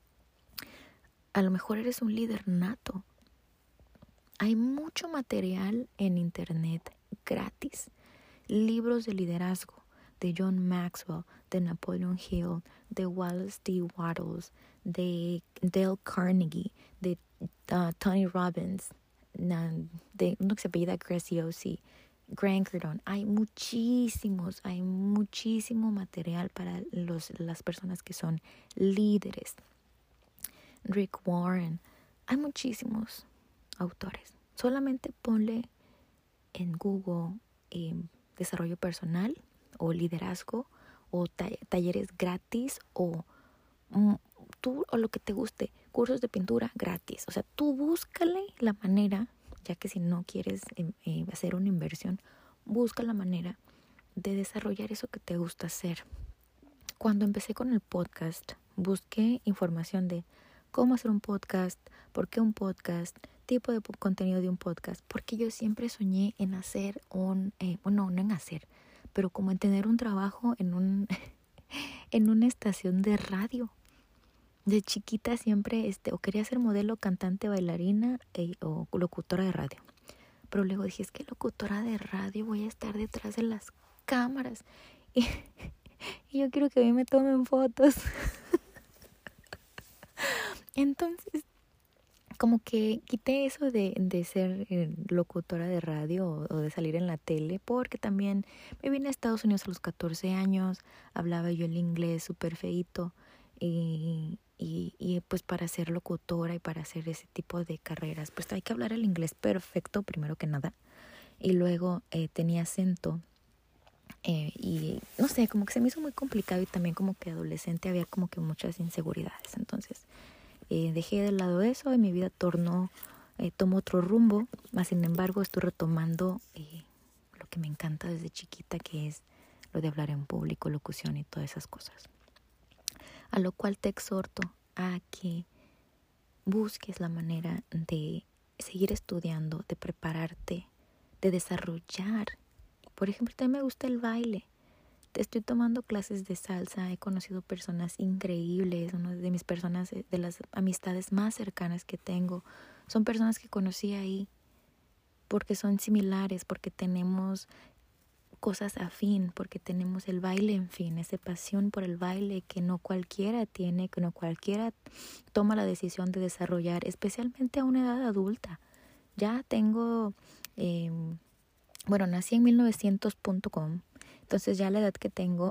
A lo mejor eres un líder nato. Hay mucho material en internet gratis, libros de liderazgo, de John Maxwell, de Napoleon Hill, de Wallace D. Wattles, de Dale Carnegie, de uh, Tony Robbins, de uno que se apellida Graziosi, Grant Cardone. Hay muchísimos, hay muchísimo material para los, las personas que son líderes. Rick Warren, hay muchísimos autores. Solamente ponle en Google eh, desarrollo personal o liderazgo o ta- talleres gratis o mm, tú o lo que te guste, cursos de pintura gratis. O sea, tú búscale la manera, ya que si no quieres eh, eh, hacer una inversión, busca la manera de desarrollar eso que te gusta hacer. Cuando empecé con el podcast, busqué información de cómo hacer un podcast, por qué un podcast, tipo de contenido de un podcast, porque yo siempre soñé en hacer un, eh, bueno, no en hacer, pero como en tener un trabajo en un en una estación de radio. De chiquita siempre, este, o quería ser modelo, cantante, bailarina eh, o locutora de radio. Pero luego dije, es que locutora de radio voy a estar detrás de las cámaras y, y yo quiero que a mí me tomen fotos. Entonces, como que quité eso de, de ser eh, locutora de radio o, o de salir en la tele, porque también me vine a Estados Unidos a los catorce años, hablaba yo el inglés súper feíto, y, y, y pues para ser locutora y para hacer ese tipo de carreras, pues hay que hablar el inglés perfecto primero que nada, y luego eh, tenía acento. Eh, y no sé, como que se me hizo muy complicado y también como que adolescente había como que muchas inseguridades. Entonces eh, dejé de lado eso y mi vida tornó, eh, tomó otro rumbo. Más sin embargo estoy retomando eh, lo que me encanta desde chiquita, que es lo de hablar en público, locución y todas esas cosas. A lo cual te exhorto a que busques la manera de seguir estudiando, de prepararte, de desarrollar. Por ejemplo, también me gusta el baile. Estoy tomando clases de salsa, he conocido personas increíbles, una de mis personas, de las amistades más cercanas que tengo, son personas que conocí ahí porque son similares, porque tenemos cosas afín, porque tenemos el baile en fin, esa pasión por el baile que no cualquiera tiene, que no cualquiera toma la decisión de desarrollar, especialmente a una edad adulta. Ya tengo, eh, bueno, nací en mil novecientos punto com, entonces ya la edad que tengo,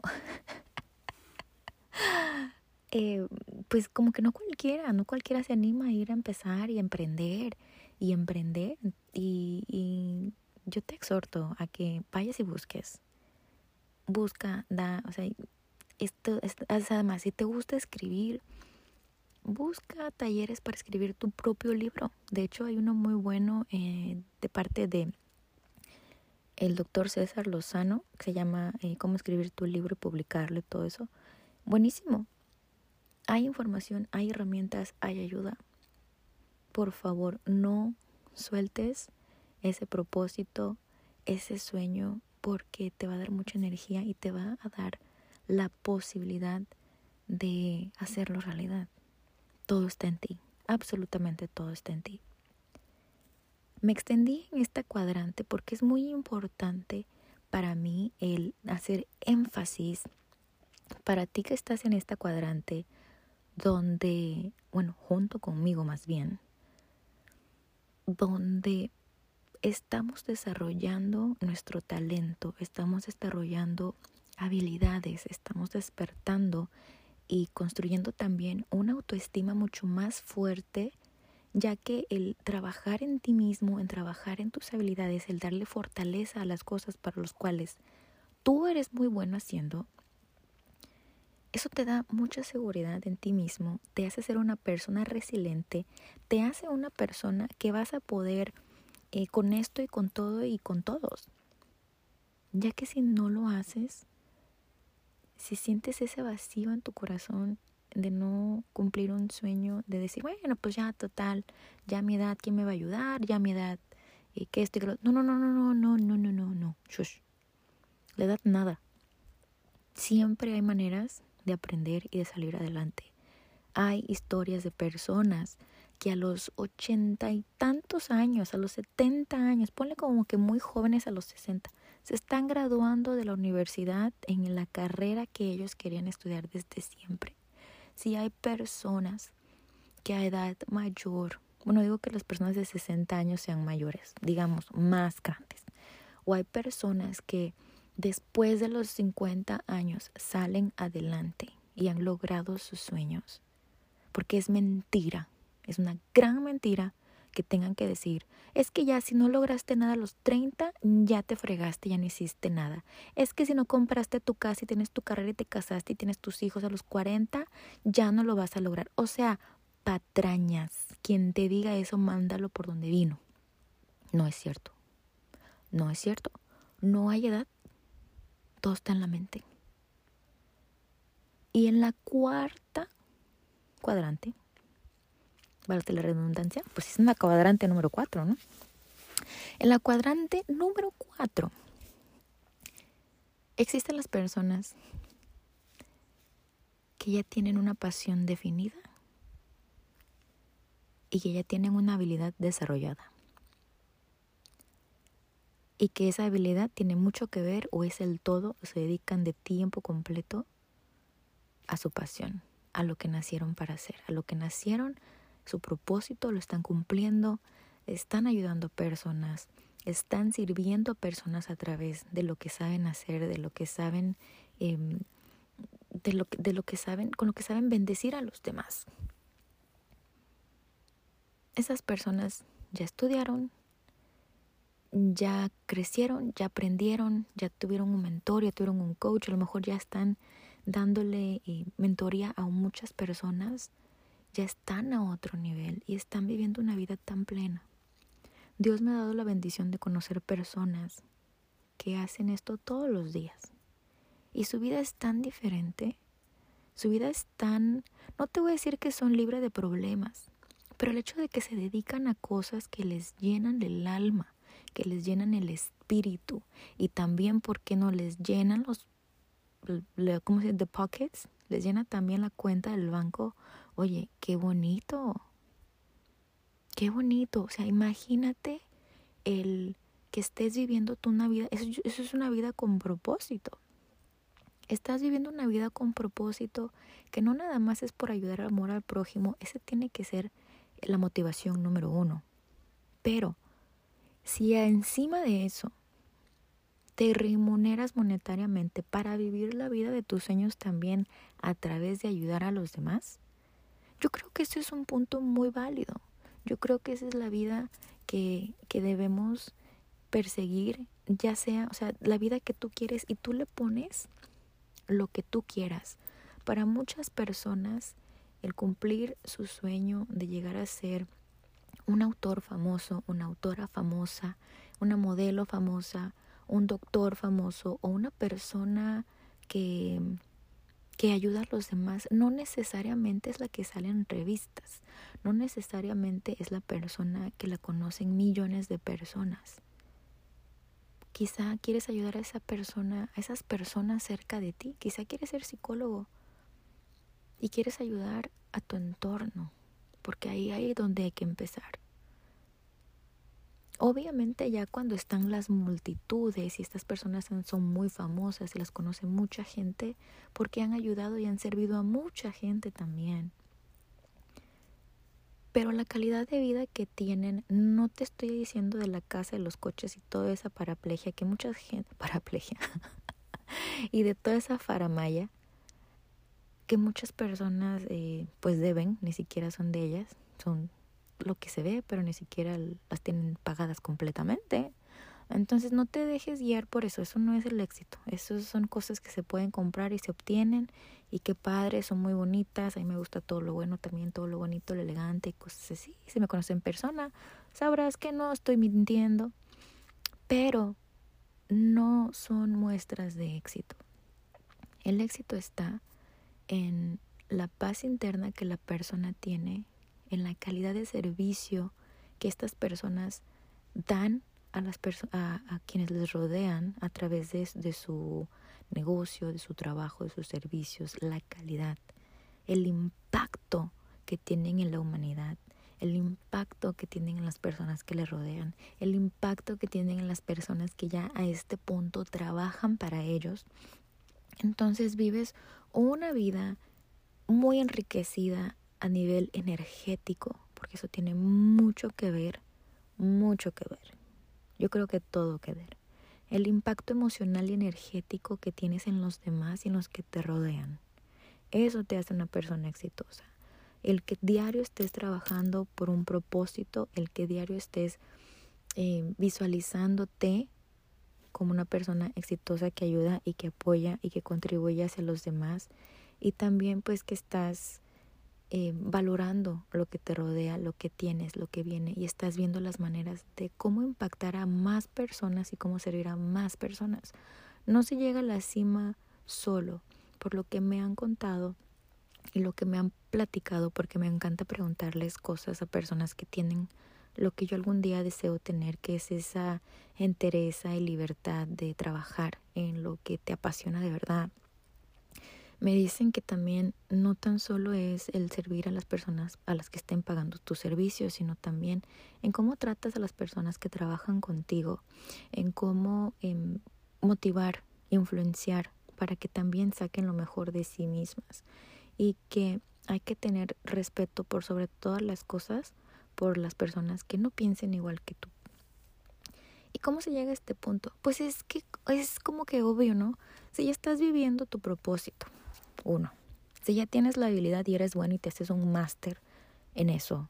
eh, pues como que no cualquiera, no cualquiera se anima a ir a empezar y a emprender y emprender y, y yo te exhorto a que vayas y busques, busca, da, o sea, esto, esto además, si te gusta escribir, busca talleres para escribir tu propio libro. De hecho, hay uno muy bueno eh, de parte de el doctor César Lozano, que se llama eh, Cómo escribir tu libro y publicarlo y todo eso. Buenísimo. Hay información, hay herramientas, hay ayuda. Por favor, no sueltes ese propósito, ese sueño, porque te va a dar mucha energía y te va a dar la posibilidad de hacerlo realidad. Todo está en ti, absolutamente todo está en ti. Me extendí en esta cuadrante porque es muy importante para mí el hacer énfasis para ti que estás en esta cuadrante donde, bueno, junto conmigo más bien, donde estamos desarrollando nuestro talento, estamos desarrollando habilidades, estamos despertando y construyendo también una autoestima mucho más fuerte, ya que el trabajar en ti mismo, en trabajar en tus habilidades, el darle fortaleza a las cosas para las cuales tú eres muy bueno haciendo, eso te da mucha seguridad en ti mismo, te hace ser una persona resiliente, te hace una persona que vas a poder eh, con esto y con todo y con todos. Ya que si no lo haces, si sientes ese vacío en tu corazón de no cumplir un sueño, de decir, bueno, pues ya total, ya a mi edad, ¿quién me va a ayudar? Ya a mi edad, eh, que esto y que lo... No, no, no, no, no, no, no, no, no, no, shush. La edad nada. Siempre hay maneras de aprender y de salir adelante. Hay historias de personas que a los ochenta y tantos años, a los setenta años, ponle como que muy jóvenes a los sesenta, Se están graduando de la universidad en la carrera que ellos querían estudiar desde siempre. Si hay personas que a edad mayor, bueno, digo que las personas de sesenta años sean mayores, digamos, más grandes. O hay personas que después de los cincuenta años salen adelante y han logrado sus sueños. Porque es mentira, es una gran mentira que tengan que decir, es que ya si no lograste nada a los treinta, ya te fregaste, ya no hiciste nada. Es que si no compraste tu casa y tienes tu carrera y te casaste y tienes tus hijos a los cuarenta, ya no lo vas a lograr. O sea, patrañas. Quien te diga eso, mándalo por donde vino. No es cierto. No es cierto. No hay edad. Todo está en la mente. Y en la cuarta cuadrante, vale la redundancia, pues es en la cuadrante número cuatro, ¿no? En la cuadrante número cuatro existen las personas que ya tienen una pasión definida y que ya tienen una habilidad desarrollada. Y que esa habilidad tiene mucho que ver o es el todo, o se dedican de tiempo completo a su pasión, a lo que nacieron para hacer, a lo que nacieron, su propósito lo están cumpliendo, están ayudando a personas, están sirviendo a personas a través de lo que saben hacer, de lo que saben, eh, de lo, de lo que saben, con lo que saben bendecir a los demás. Esas personas ya estudiaron, ya crecieron, ya aprendieron, ya tuvieron un mentor, ya tuvieron un coach, a lo mejor ya están dándole eh, mentoría a muchas personas, ya están a otro nivel y están viviendo una vida tan plena. Dios me ha dado la bendición de conocer personas que hacen esto todos los días. Y su vida es tan diferente, su vida es tan, no te voy a decir que son libres de problemas, pero el hecho de que se dedican a cosas que les llenan el alma, que les llenan el espíritu y también, ¿por qué no les llenan los, ¿cómo se dice? The pockets, les llena también la cuenta del banco. Oye, qué bonito, qué bonito. O sea, imagínate el que estés viviendo tú una vida, eso, eso es una vida con propósito. Estás viviendo una vida con propósito que no nada más es por ayudar al amor al prójimo, ese tiene que ser la motivación número uno. Pero si encima de eso te remuneras monetariamente para vivir la vida de tus sueños también a través de ayudar a los demás, yo creo que ese es un punto muy válido. Yo creo que esa es la vida que, que debemos perseguir, ya sea, o sea, la vida que tú quieres y tú le pones lo que tú quieras. Para muchas personas, el cumplir su sueño de llegar a ser un autor famoso, una autora famosa, una modelo famosa, un doctor famoso o una persona que, que ayuda a los demás, no necesariamente es la que sale en revistas, no necesariamente es la persona que la conocen millones de personas. Quizá quieres ayudar a esa persona, a esas personas cerca de ti. Quizá quieres ser psicólogo y quieres ayudar a tu entorno, porque ahí es donde hay que empezar. Obviamente ya cuando están las multitudes y estas personas son muy famosas y las conoce mucha gente, porque han ayudado y han servido a mucha gente también. Pero la calidad de vida que tienen, no te estoy diciendo de la casa, de los coches y toda esa paraplegia, que mucha gente, paraplegia, y de toda esa faramaya, que muchas personas eh, pues deben, ni siquiera son de ellas, son lo que se ve, pero ni siquiera las tienen pagadas completamente. Entonces no te dejes guiar por eso, eso no es el éxito, eso son cosas que se pueden comprar y se obtienen y qué padre, son muy bonitas, a mí me gusta todo lo bueno también, todo lo bonito, lo elegante y cosas así. Si me conoces en persona, sabrás que no estoy mintiendo, pero no son muestras de éxito. El éxito está en la paz interna que la persona tiene, en la calidad de servicio que estas personas dan a las perso- a, a quienes les rodean a través de, de su negocio, de su trabajo, de sus servicios, la calidad, el impacto que tienen en la humanidad, el impacto que tienen en las personas que le rodean, el impacto que tienen en las personas que ya a este punto trabajan para ellos. Entonces vives una vida muy enriquecida a nivel energético, porque eso tiene mucho que ver, mucho que ver. Yo creo que todo que ver. El impacto emocional y energético que tienes en los demás y en los que te rodean. Eso te hace una persona exitosa. El que diario estés trabajando por un propósito, el que diario estés eh, visualizándote como una persona exitosa que ayuda y que apoya y que contribuye hacia los demás. Y también pues que estás eh, valorando lo que te rodea, lo que tienes, lo que viene, y estás viendo las maneras de cómo impactar a más personas y cómo servir a más personas. No se llega a la cima solo, por lo que me han contado y lo que me han platicado, porque me encanta preguntarles cosas a personas que tienen lo que yo algún día deseo tener, que es esa entereza y libertad de trabajar en lo que te apasiona de verdad. Me dicen que también no tan solo es el servir a las personas a las que estén pagando tus servicios, sino también en cómo tratas a las personas que trabajan contigo, en cómo eh, motivar, influenciar para que también saquen lo mejor de sí mismas, y que hay que tener respeto por sobre todas las cosas por las personas que no piensen igual que tú. ¿Y cómo se llega a este punto? Pues es que es como que obvio, ¿no? Si ya estás viviendo tu propósito, uno, si ya tienes la habilidad y eres bueno y te haces un máster en eso,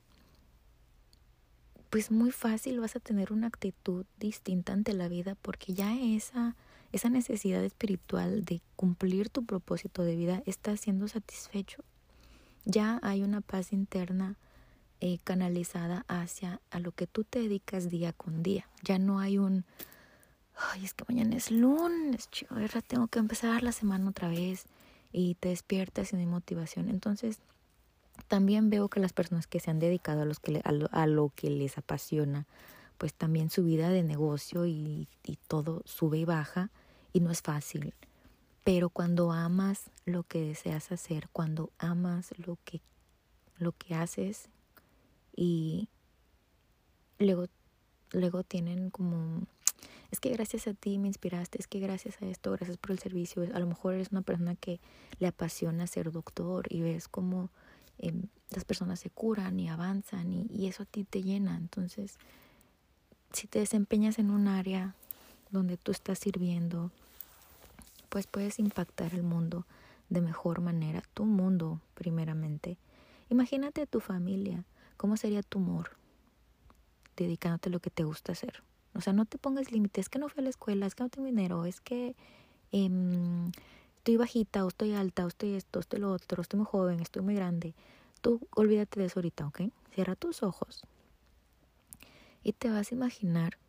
pues muy fácil vas a tener una actitud distinta ante la vida, porque ya esa, esa necesidad espiritual de cumplir tu propósito de vida está siendo satisfecho. Ya hay una paz interna eh, canalizada hacia a lo que tú te dedicas día con día. Ya no hay un, ay, es que mañana es lunes, chido, tengo que empezar la semana otra vez, y te despiertas sin motivación. Entonces, también veo que las personas que se han dedicado a, los que le, a, lo, a lo que les apasiona, pues también su vida de negocio y, y todo sube y baja, y no es fácil. Pero cuando amas lo que deseas hacer, cuando amas lo que, lo que haces, y luego, luego tienen como, es que gracias a ti me inspiraste, es que gracias a esto, gracias por el servicio. A lo mejor eres una persona que le apasiona ser doctor y ves cómo eh, las personas se curan y avanzan, y, y eso a ti te llena. Entonces, si te desempeñas en un área donde tú estás sirviendo, pues puedes impactar el mundo de mejor manera, tu mundo primeramente. Imagínate tu familia, ¿cómo sería tu humor dedicándote a lo que te gusta hacer? O sea, no te pongas límites, es que no fui a la escuela, es que no tengo dinero, es que eh, estoy bajita, o estoy alta, o estoy esto, o estoy lo otro, estoy muy joven, estoy muy grande. Tú olvídate de eso ahorita, ¿ok? Cierra tus ojos y te vas a imaginar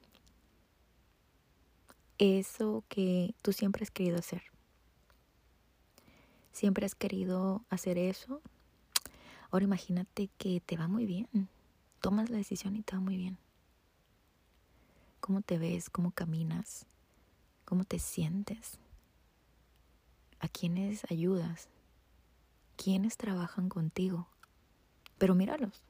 eso que tú siempre has querido hacer. Siempre has querido hacer eso. Ahora imagínate que te va muy bien. Tomas la decisión y te va muy bien. ¿Cómo te ves? ¿Cómo caminas? ¿Cómo te sientes? ¿A quiénes ayudas? ¿Quiénes trabajan contigo? Pero míralos.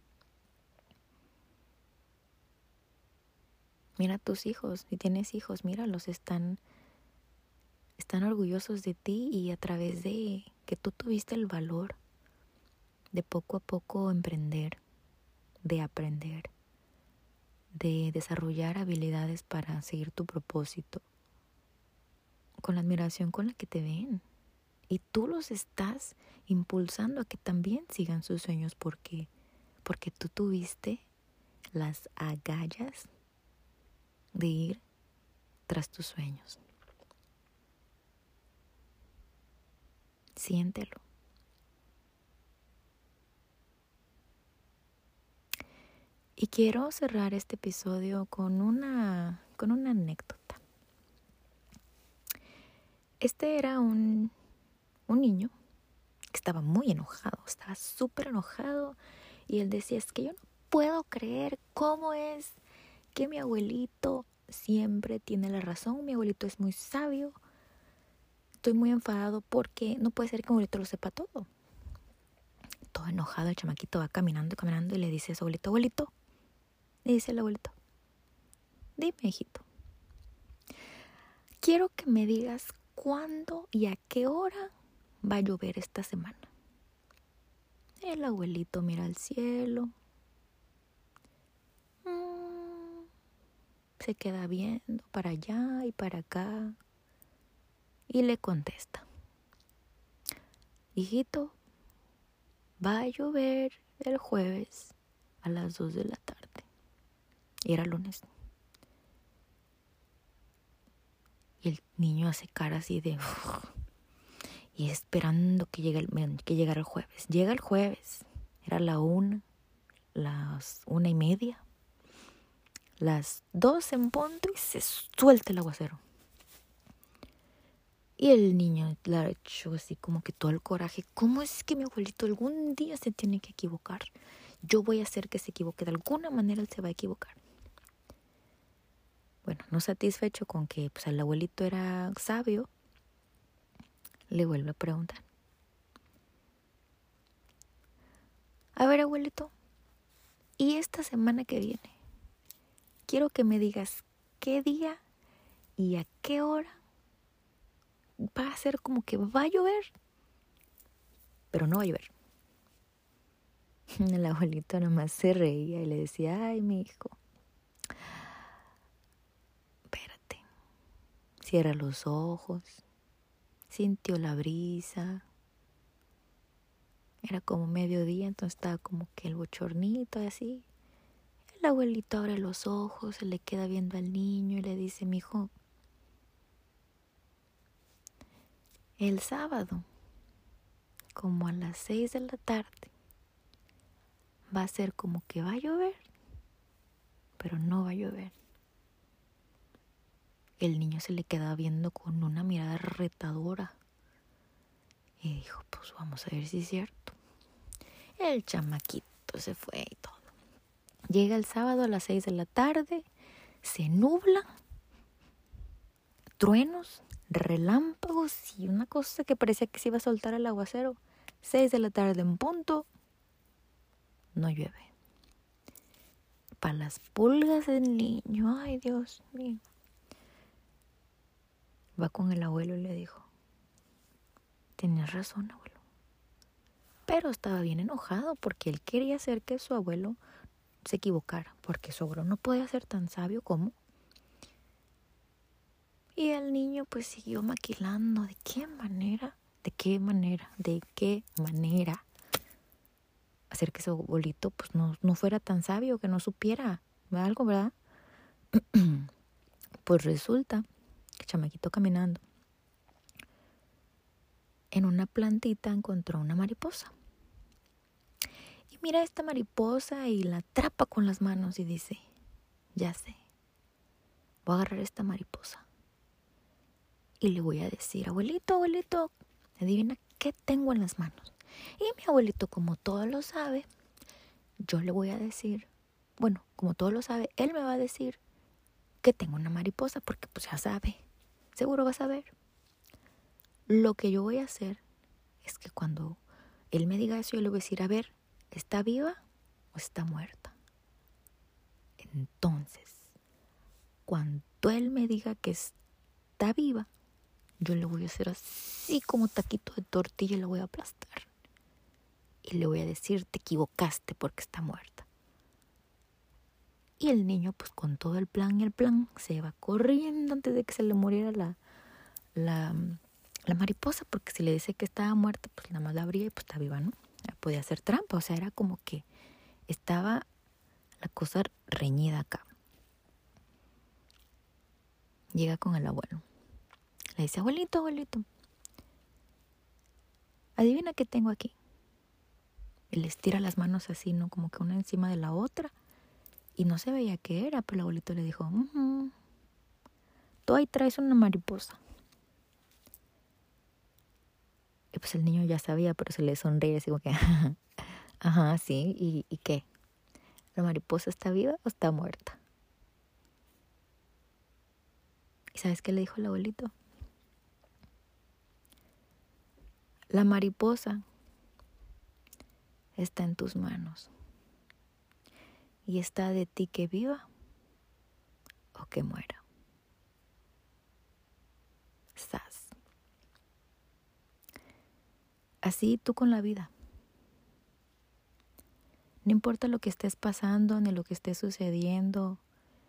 Mira a tus hijos. Si tienes hijos, míralos. Están, están orgullosos de ti, y a través de que tú tuviste el valor de poco a poco emprender, de aprender, de desarrollar habilidades para seguir tu propósito, con la admiración con la que te ven. Y tú los estás impulsando a que también sigan sus sueños, porque, porque tú tuviste las agallas de ir tras tus sueños. Siéntelo. Y quiero cerrar este episodio con una, con una anécdota. Este era un, un niño que estaba muy enojado, estaba súper enojado, y él decía, es que yo no puedo creer cómo es que mi abuelito siempre tiene la razón, mi abuelito es muy sabio, estoy muy enfadado porque no puede ser que mi abuelito lo sepa todo. Todo todo enojado, el chamaquito va caminando, caminando y le dice a su abuelito, abuelito, le dice el abuelito, dime, hijito, quiero que me digas cuándo y a qué hora va a llover esta semana. El abuelito mira al cielo, mmm, se queda viendo para allá y para acá y le contesta, hijito, va a llover el jueves a las dos de la tarde. Y era lunes. Y el niño hace cara así de... Uf, y esperando que llegue el, que llegara el jueves. Llega el jueves. Era la una, las una y media, las dos en punto y se suelta el aguacero. Y el niño le ha hecho así como que todo el coraje. ¿Cómo es que mi abuelito algún día se tiene que equivocar? Yo voy a hacer que se equivoque. De alguna manera él se va a equivocar. Bueno, no satisfecho con que pues, el abuelito era sabio, le vuelve a preguntar. A ver, abuelito, ¿y esta semana que viene? Quiero que me digas qué día y a qué hora va a ser como que va a llover, pero no va a llover. El abuelito nomás se reía y le decía, ay, mi hijo, espérate, cierra los ojos, sintió la brisa. Era como mediodía, entonces estaba como que el bochornito y así. El abuelito abre los ojos, se le queda viendo al niño y le dice, mijo, el sábado, como a las seis de la tarde, va a ser como que va a llover, pero no va a llover. El niño se le quedaba viendo con una mirada retadora y dijo, pues vamos a ver si es cierto. El chamaquito se fue y todo. Llega el sábado a las seis de la tarde, se nubla, truenos, relámpagos y una cosa que parecía que se iba a soltar el aguacero. Seis de la tarde en punto, no llueve. Para las pulgas del niño, ay Dios mío. Va con el abuelo y le dijo, tenías razón, abuelo. Pero estaba bien enojado porque él quería hacer que su abuelo se equivocara, porque su abuelo no podía ser tan sabio como. Y el niño pues siguió maquilando, ¿de qué manera? ¿De qué manera? ¿De qué manera? Hacer que su abuelito pues no, no fuera tan sabio, que no supiera algo, ¿verdad? Pues resulta que el chamaquito caminando en una plantita encontró una mariposa. Y mira esta mariposa y la atrapa con las manos y dice, ya sé, voy a agarrar esta mariposa y le voy a decir, abuelito, abuelito, adivina qué tengo en las manos. Y mi abuelito, como todo lo sabe, yo le voy a decir, bueno, como todo lo sabe, él me va a decir que tengo una mariposa, porque pues ya sabe, seguro va a saber. Lo que yo voy a hacer es que cuando él me diga eso, yo le voy a decir, a ver, ¿está viva o está muerta? Entonces, cuando él me diga que está viva, yo le voy a hacer así como taquito de tortilla y le voy a aplastar. Y le voy a decir, te equivocaste porque está muerta. Y el niño, pues con todo el plan y el plan, se va corriendo antes de que se le muriera la, la, la mariposa, porque si le dice que estaba muerta, pues nada más la abría y pues está viva, ¿no? Podía hacer trampa, o sea, era como que estaba la cosa reñida acá. Llega con el abuelo. Le dice, abuelito, abuelito, adivina qué tengo aquí. Y le estira las manos así, ¿no? Como que una encima de la otra. Y no se veía qué era, pero el abuelito le dijo, uh-huh, tú ahí traes una mariposa. Y pues el niño ya sabía, pero se le sonríe así como que, ajá, sí, ¿y, ¿y qué? ¿La mariposa está viva o está muerta? ¿Y sabes qué le dijo el abuelito? La mariposa está en tus manos. Y está de ti que viva o que muera. Sas. Así tú con la vida. No importa lo que estés pasando, ni lo que esté sucediendo,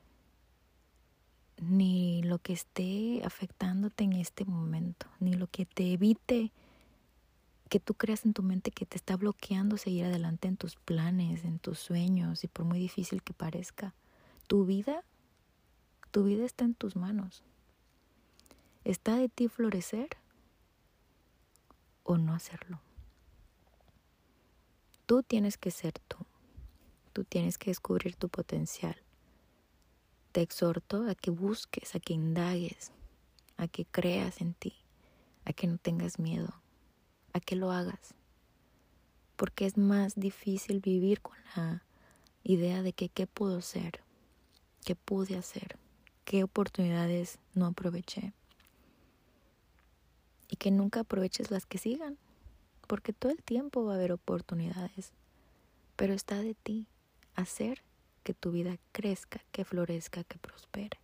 ni lo que esté afectándote en este momento, ni lo que te evite que tú creas en tu mente que te está bloqueando seguir adelante en tus planes, en tus sueños, y por muy difícil que parezca, tu vida, tu vida está en tus manos. Está de ti florecer o no hacerlo. Tú tienes que ser tú. Tú tienes que descubrir tu potencial. Te exhorto a que busques, a que indagues, a que creas en ti, a que no tengas miedo, a que lo hagas. Porque es más difícil vivir con la idea de que qué puedo ser, qué pude hacer, qué oportunidades no aproveché. Y que nunca aproveches las que sigan, porque todo el tiempo va a haber oportunidades. Pero está de ti hacer que tu vida crezca, que florezca, que prospere.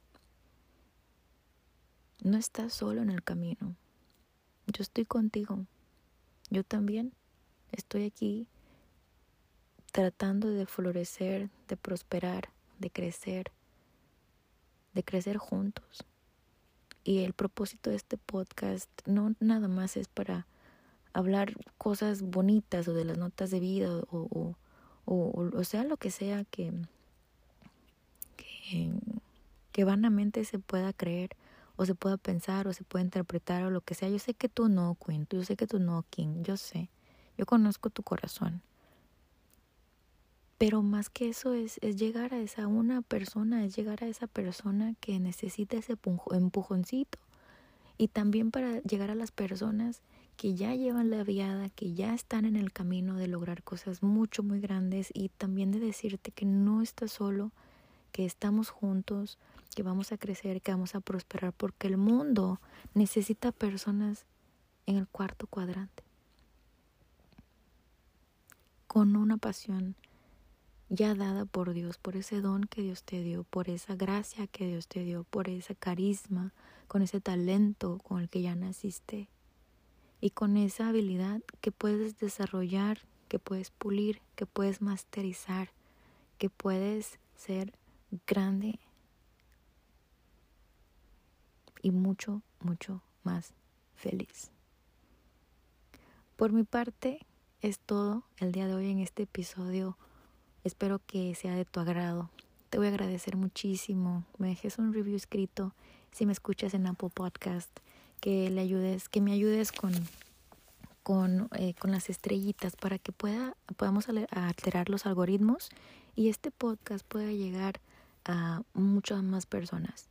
No estás solo en el camino. Yo estoy contigo. Yo también estoy aquí tratando de florecer, de prosperar, de crecer, de crecer juntos. Y el propósito de este podcast no nada más es para hablar cosas bonitas o de las notas de vida o, o, o, o sea lo que sea que, que, que vanamente se pueda creer o se pueda pensar o se pueda interpretar o lo que sea. Yo sé que tú no, Queen, yo sé que tú no, King, yo sé, yo conozco tu corazón. Pero más que eso es, es llegar a esa una persona, es llegar a esa persona que necesita ese empujoncito. Y también para llegar a las personas que ya llevan la viada, que ya están en el camino de lograr cosas mucho, muy grandes, y también de decirte que no estás solo, que estamos juntos, que vamos a crecer, que vamos a prosperar, porque el mundo necesita personas en el cuarto cuadrante, con una pasión ya dada por Dios, por ese don que Dios te dio, por esa gracia que Dios te dio, por ese carisma, con ese talento con el que ya naciste y con esa habilidad que puedes desarrollar, que puedes pulir, que puedes masterizar, que puedes ser grande y mucho, mucho más feliz. Por mi parte es todo el día de hoy en este episodio. Espero que sea de tu agrado. Te voy a agradecer muchísimo. Me dejes un review escrito si me escuchas en Apple Podcast. Que le ayudes, que me ayudes con, con, eh, con las estrellitas para que pueda, podamos alterar los algoritmos y este podcast pueda llegar a muchas más personas.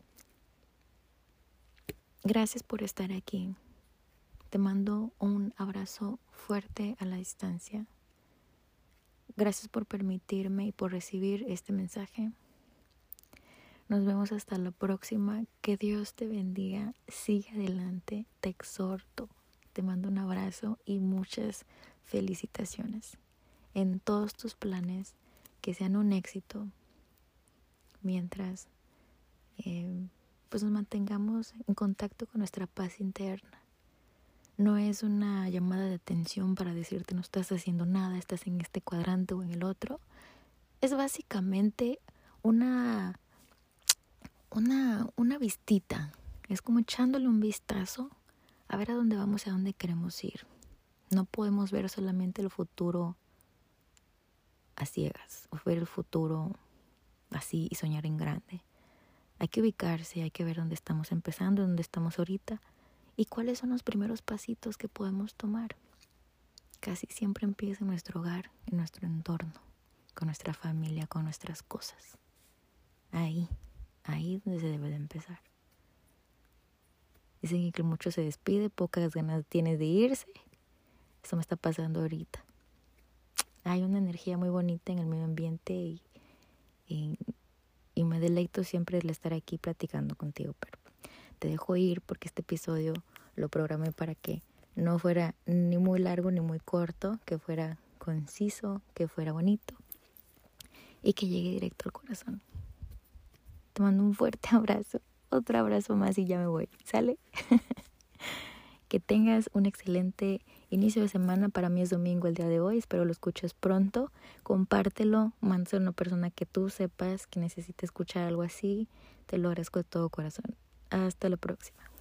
Gracias por estar aquí. Te mando un abrazo fuerte a la distancia. Gracias por permitirme y por recibir este mensaje. Nos vemos hasta la próxima. Que Dios te bendiga. Sigue adelante. Te exhorto. Te mando un abrazo y muchas felicitaciones en todos tus planes. Que sean un éxito. Mientras eh, pues nos mantengamos en contacto con nuestra paz interna. No es una llamada de atención para decirte no estás haciendo nada, estás en este cuadrante o en el otro. Es básicamente una, una, una vistita. Es como echándole un vistazo a ver a dónde vamos y a dónde queremos ir. No podemos ver solamente el futuro a ciegas o ver el futuro así y soñar en grande. Hay que ubicarse, hay que ver dónde estamos empezando, dónde estamos ahorita. ¿Y cuáles son los primeros pasitos que podemos tomar? Casi siempre empieza en nuestro hogar, en nuestro entorno, con nuestra familia, con nuestras cosas. Ahí, ahí es donde se debe de empezar. Dicen que mucho se despide, pocas ganas tiene de irse. Eso me está pasando ahorita. Hay una energía muy bonita en el medio ambiente y, y, y me deleito siempre el estar aquí platicando contigo, pero te dejo ir porque este episodio lo programé para que no fuera ni muy largo ni muy corto, que fuera conciso, que fuera bonito y que llegue directo al corazón. Te mando un fuerte abrazo, otro abrazo más y ya me voy, ¿sale? Que tengas un excelente inicio de semana. Para mí es domingo el día de hoy, espero lo escuches pronto. Compártelo, mándalo a una persona que tú sepas que necesite escuchar algo así. Te lo agradezco de todo corazón. Hasta la próxima.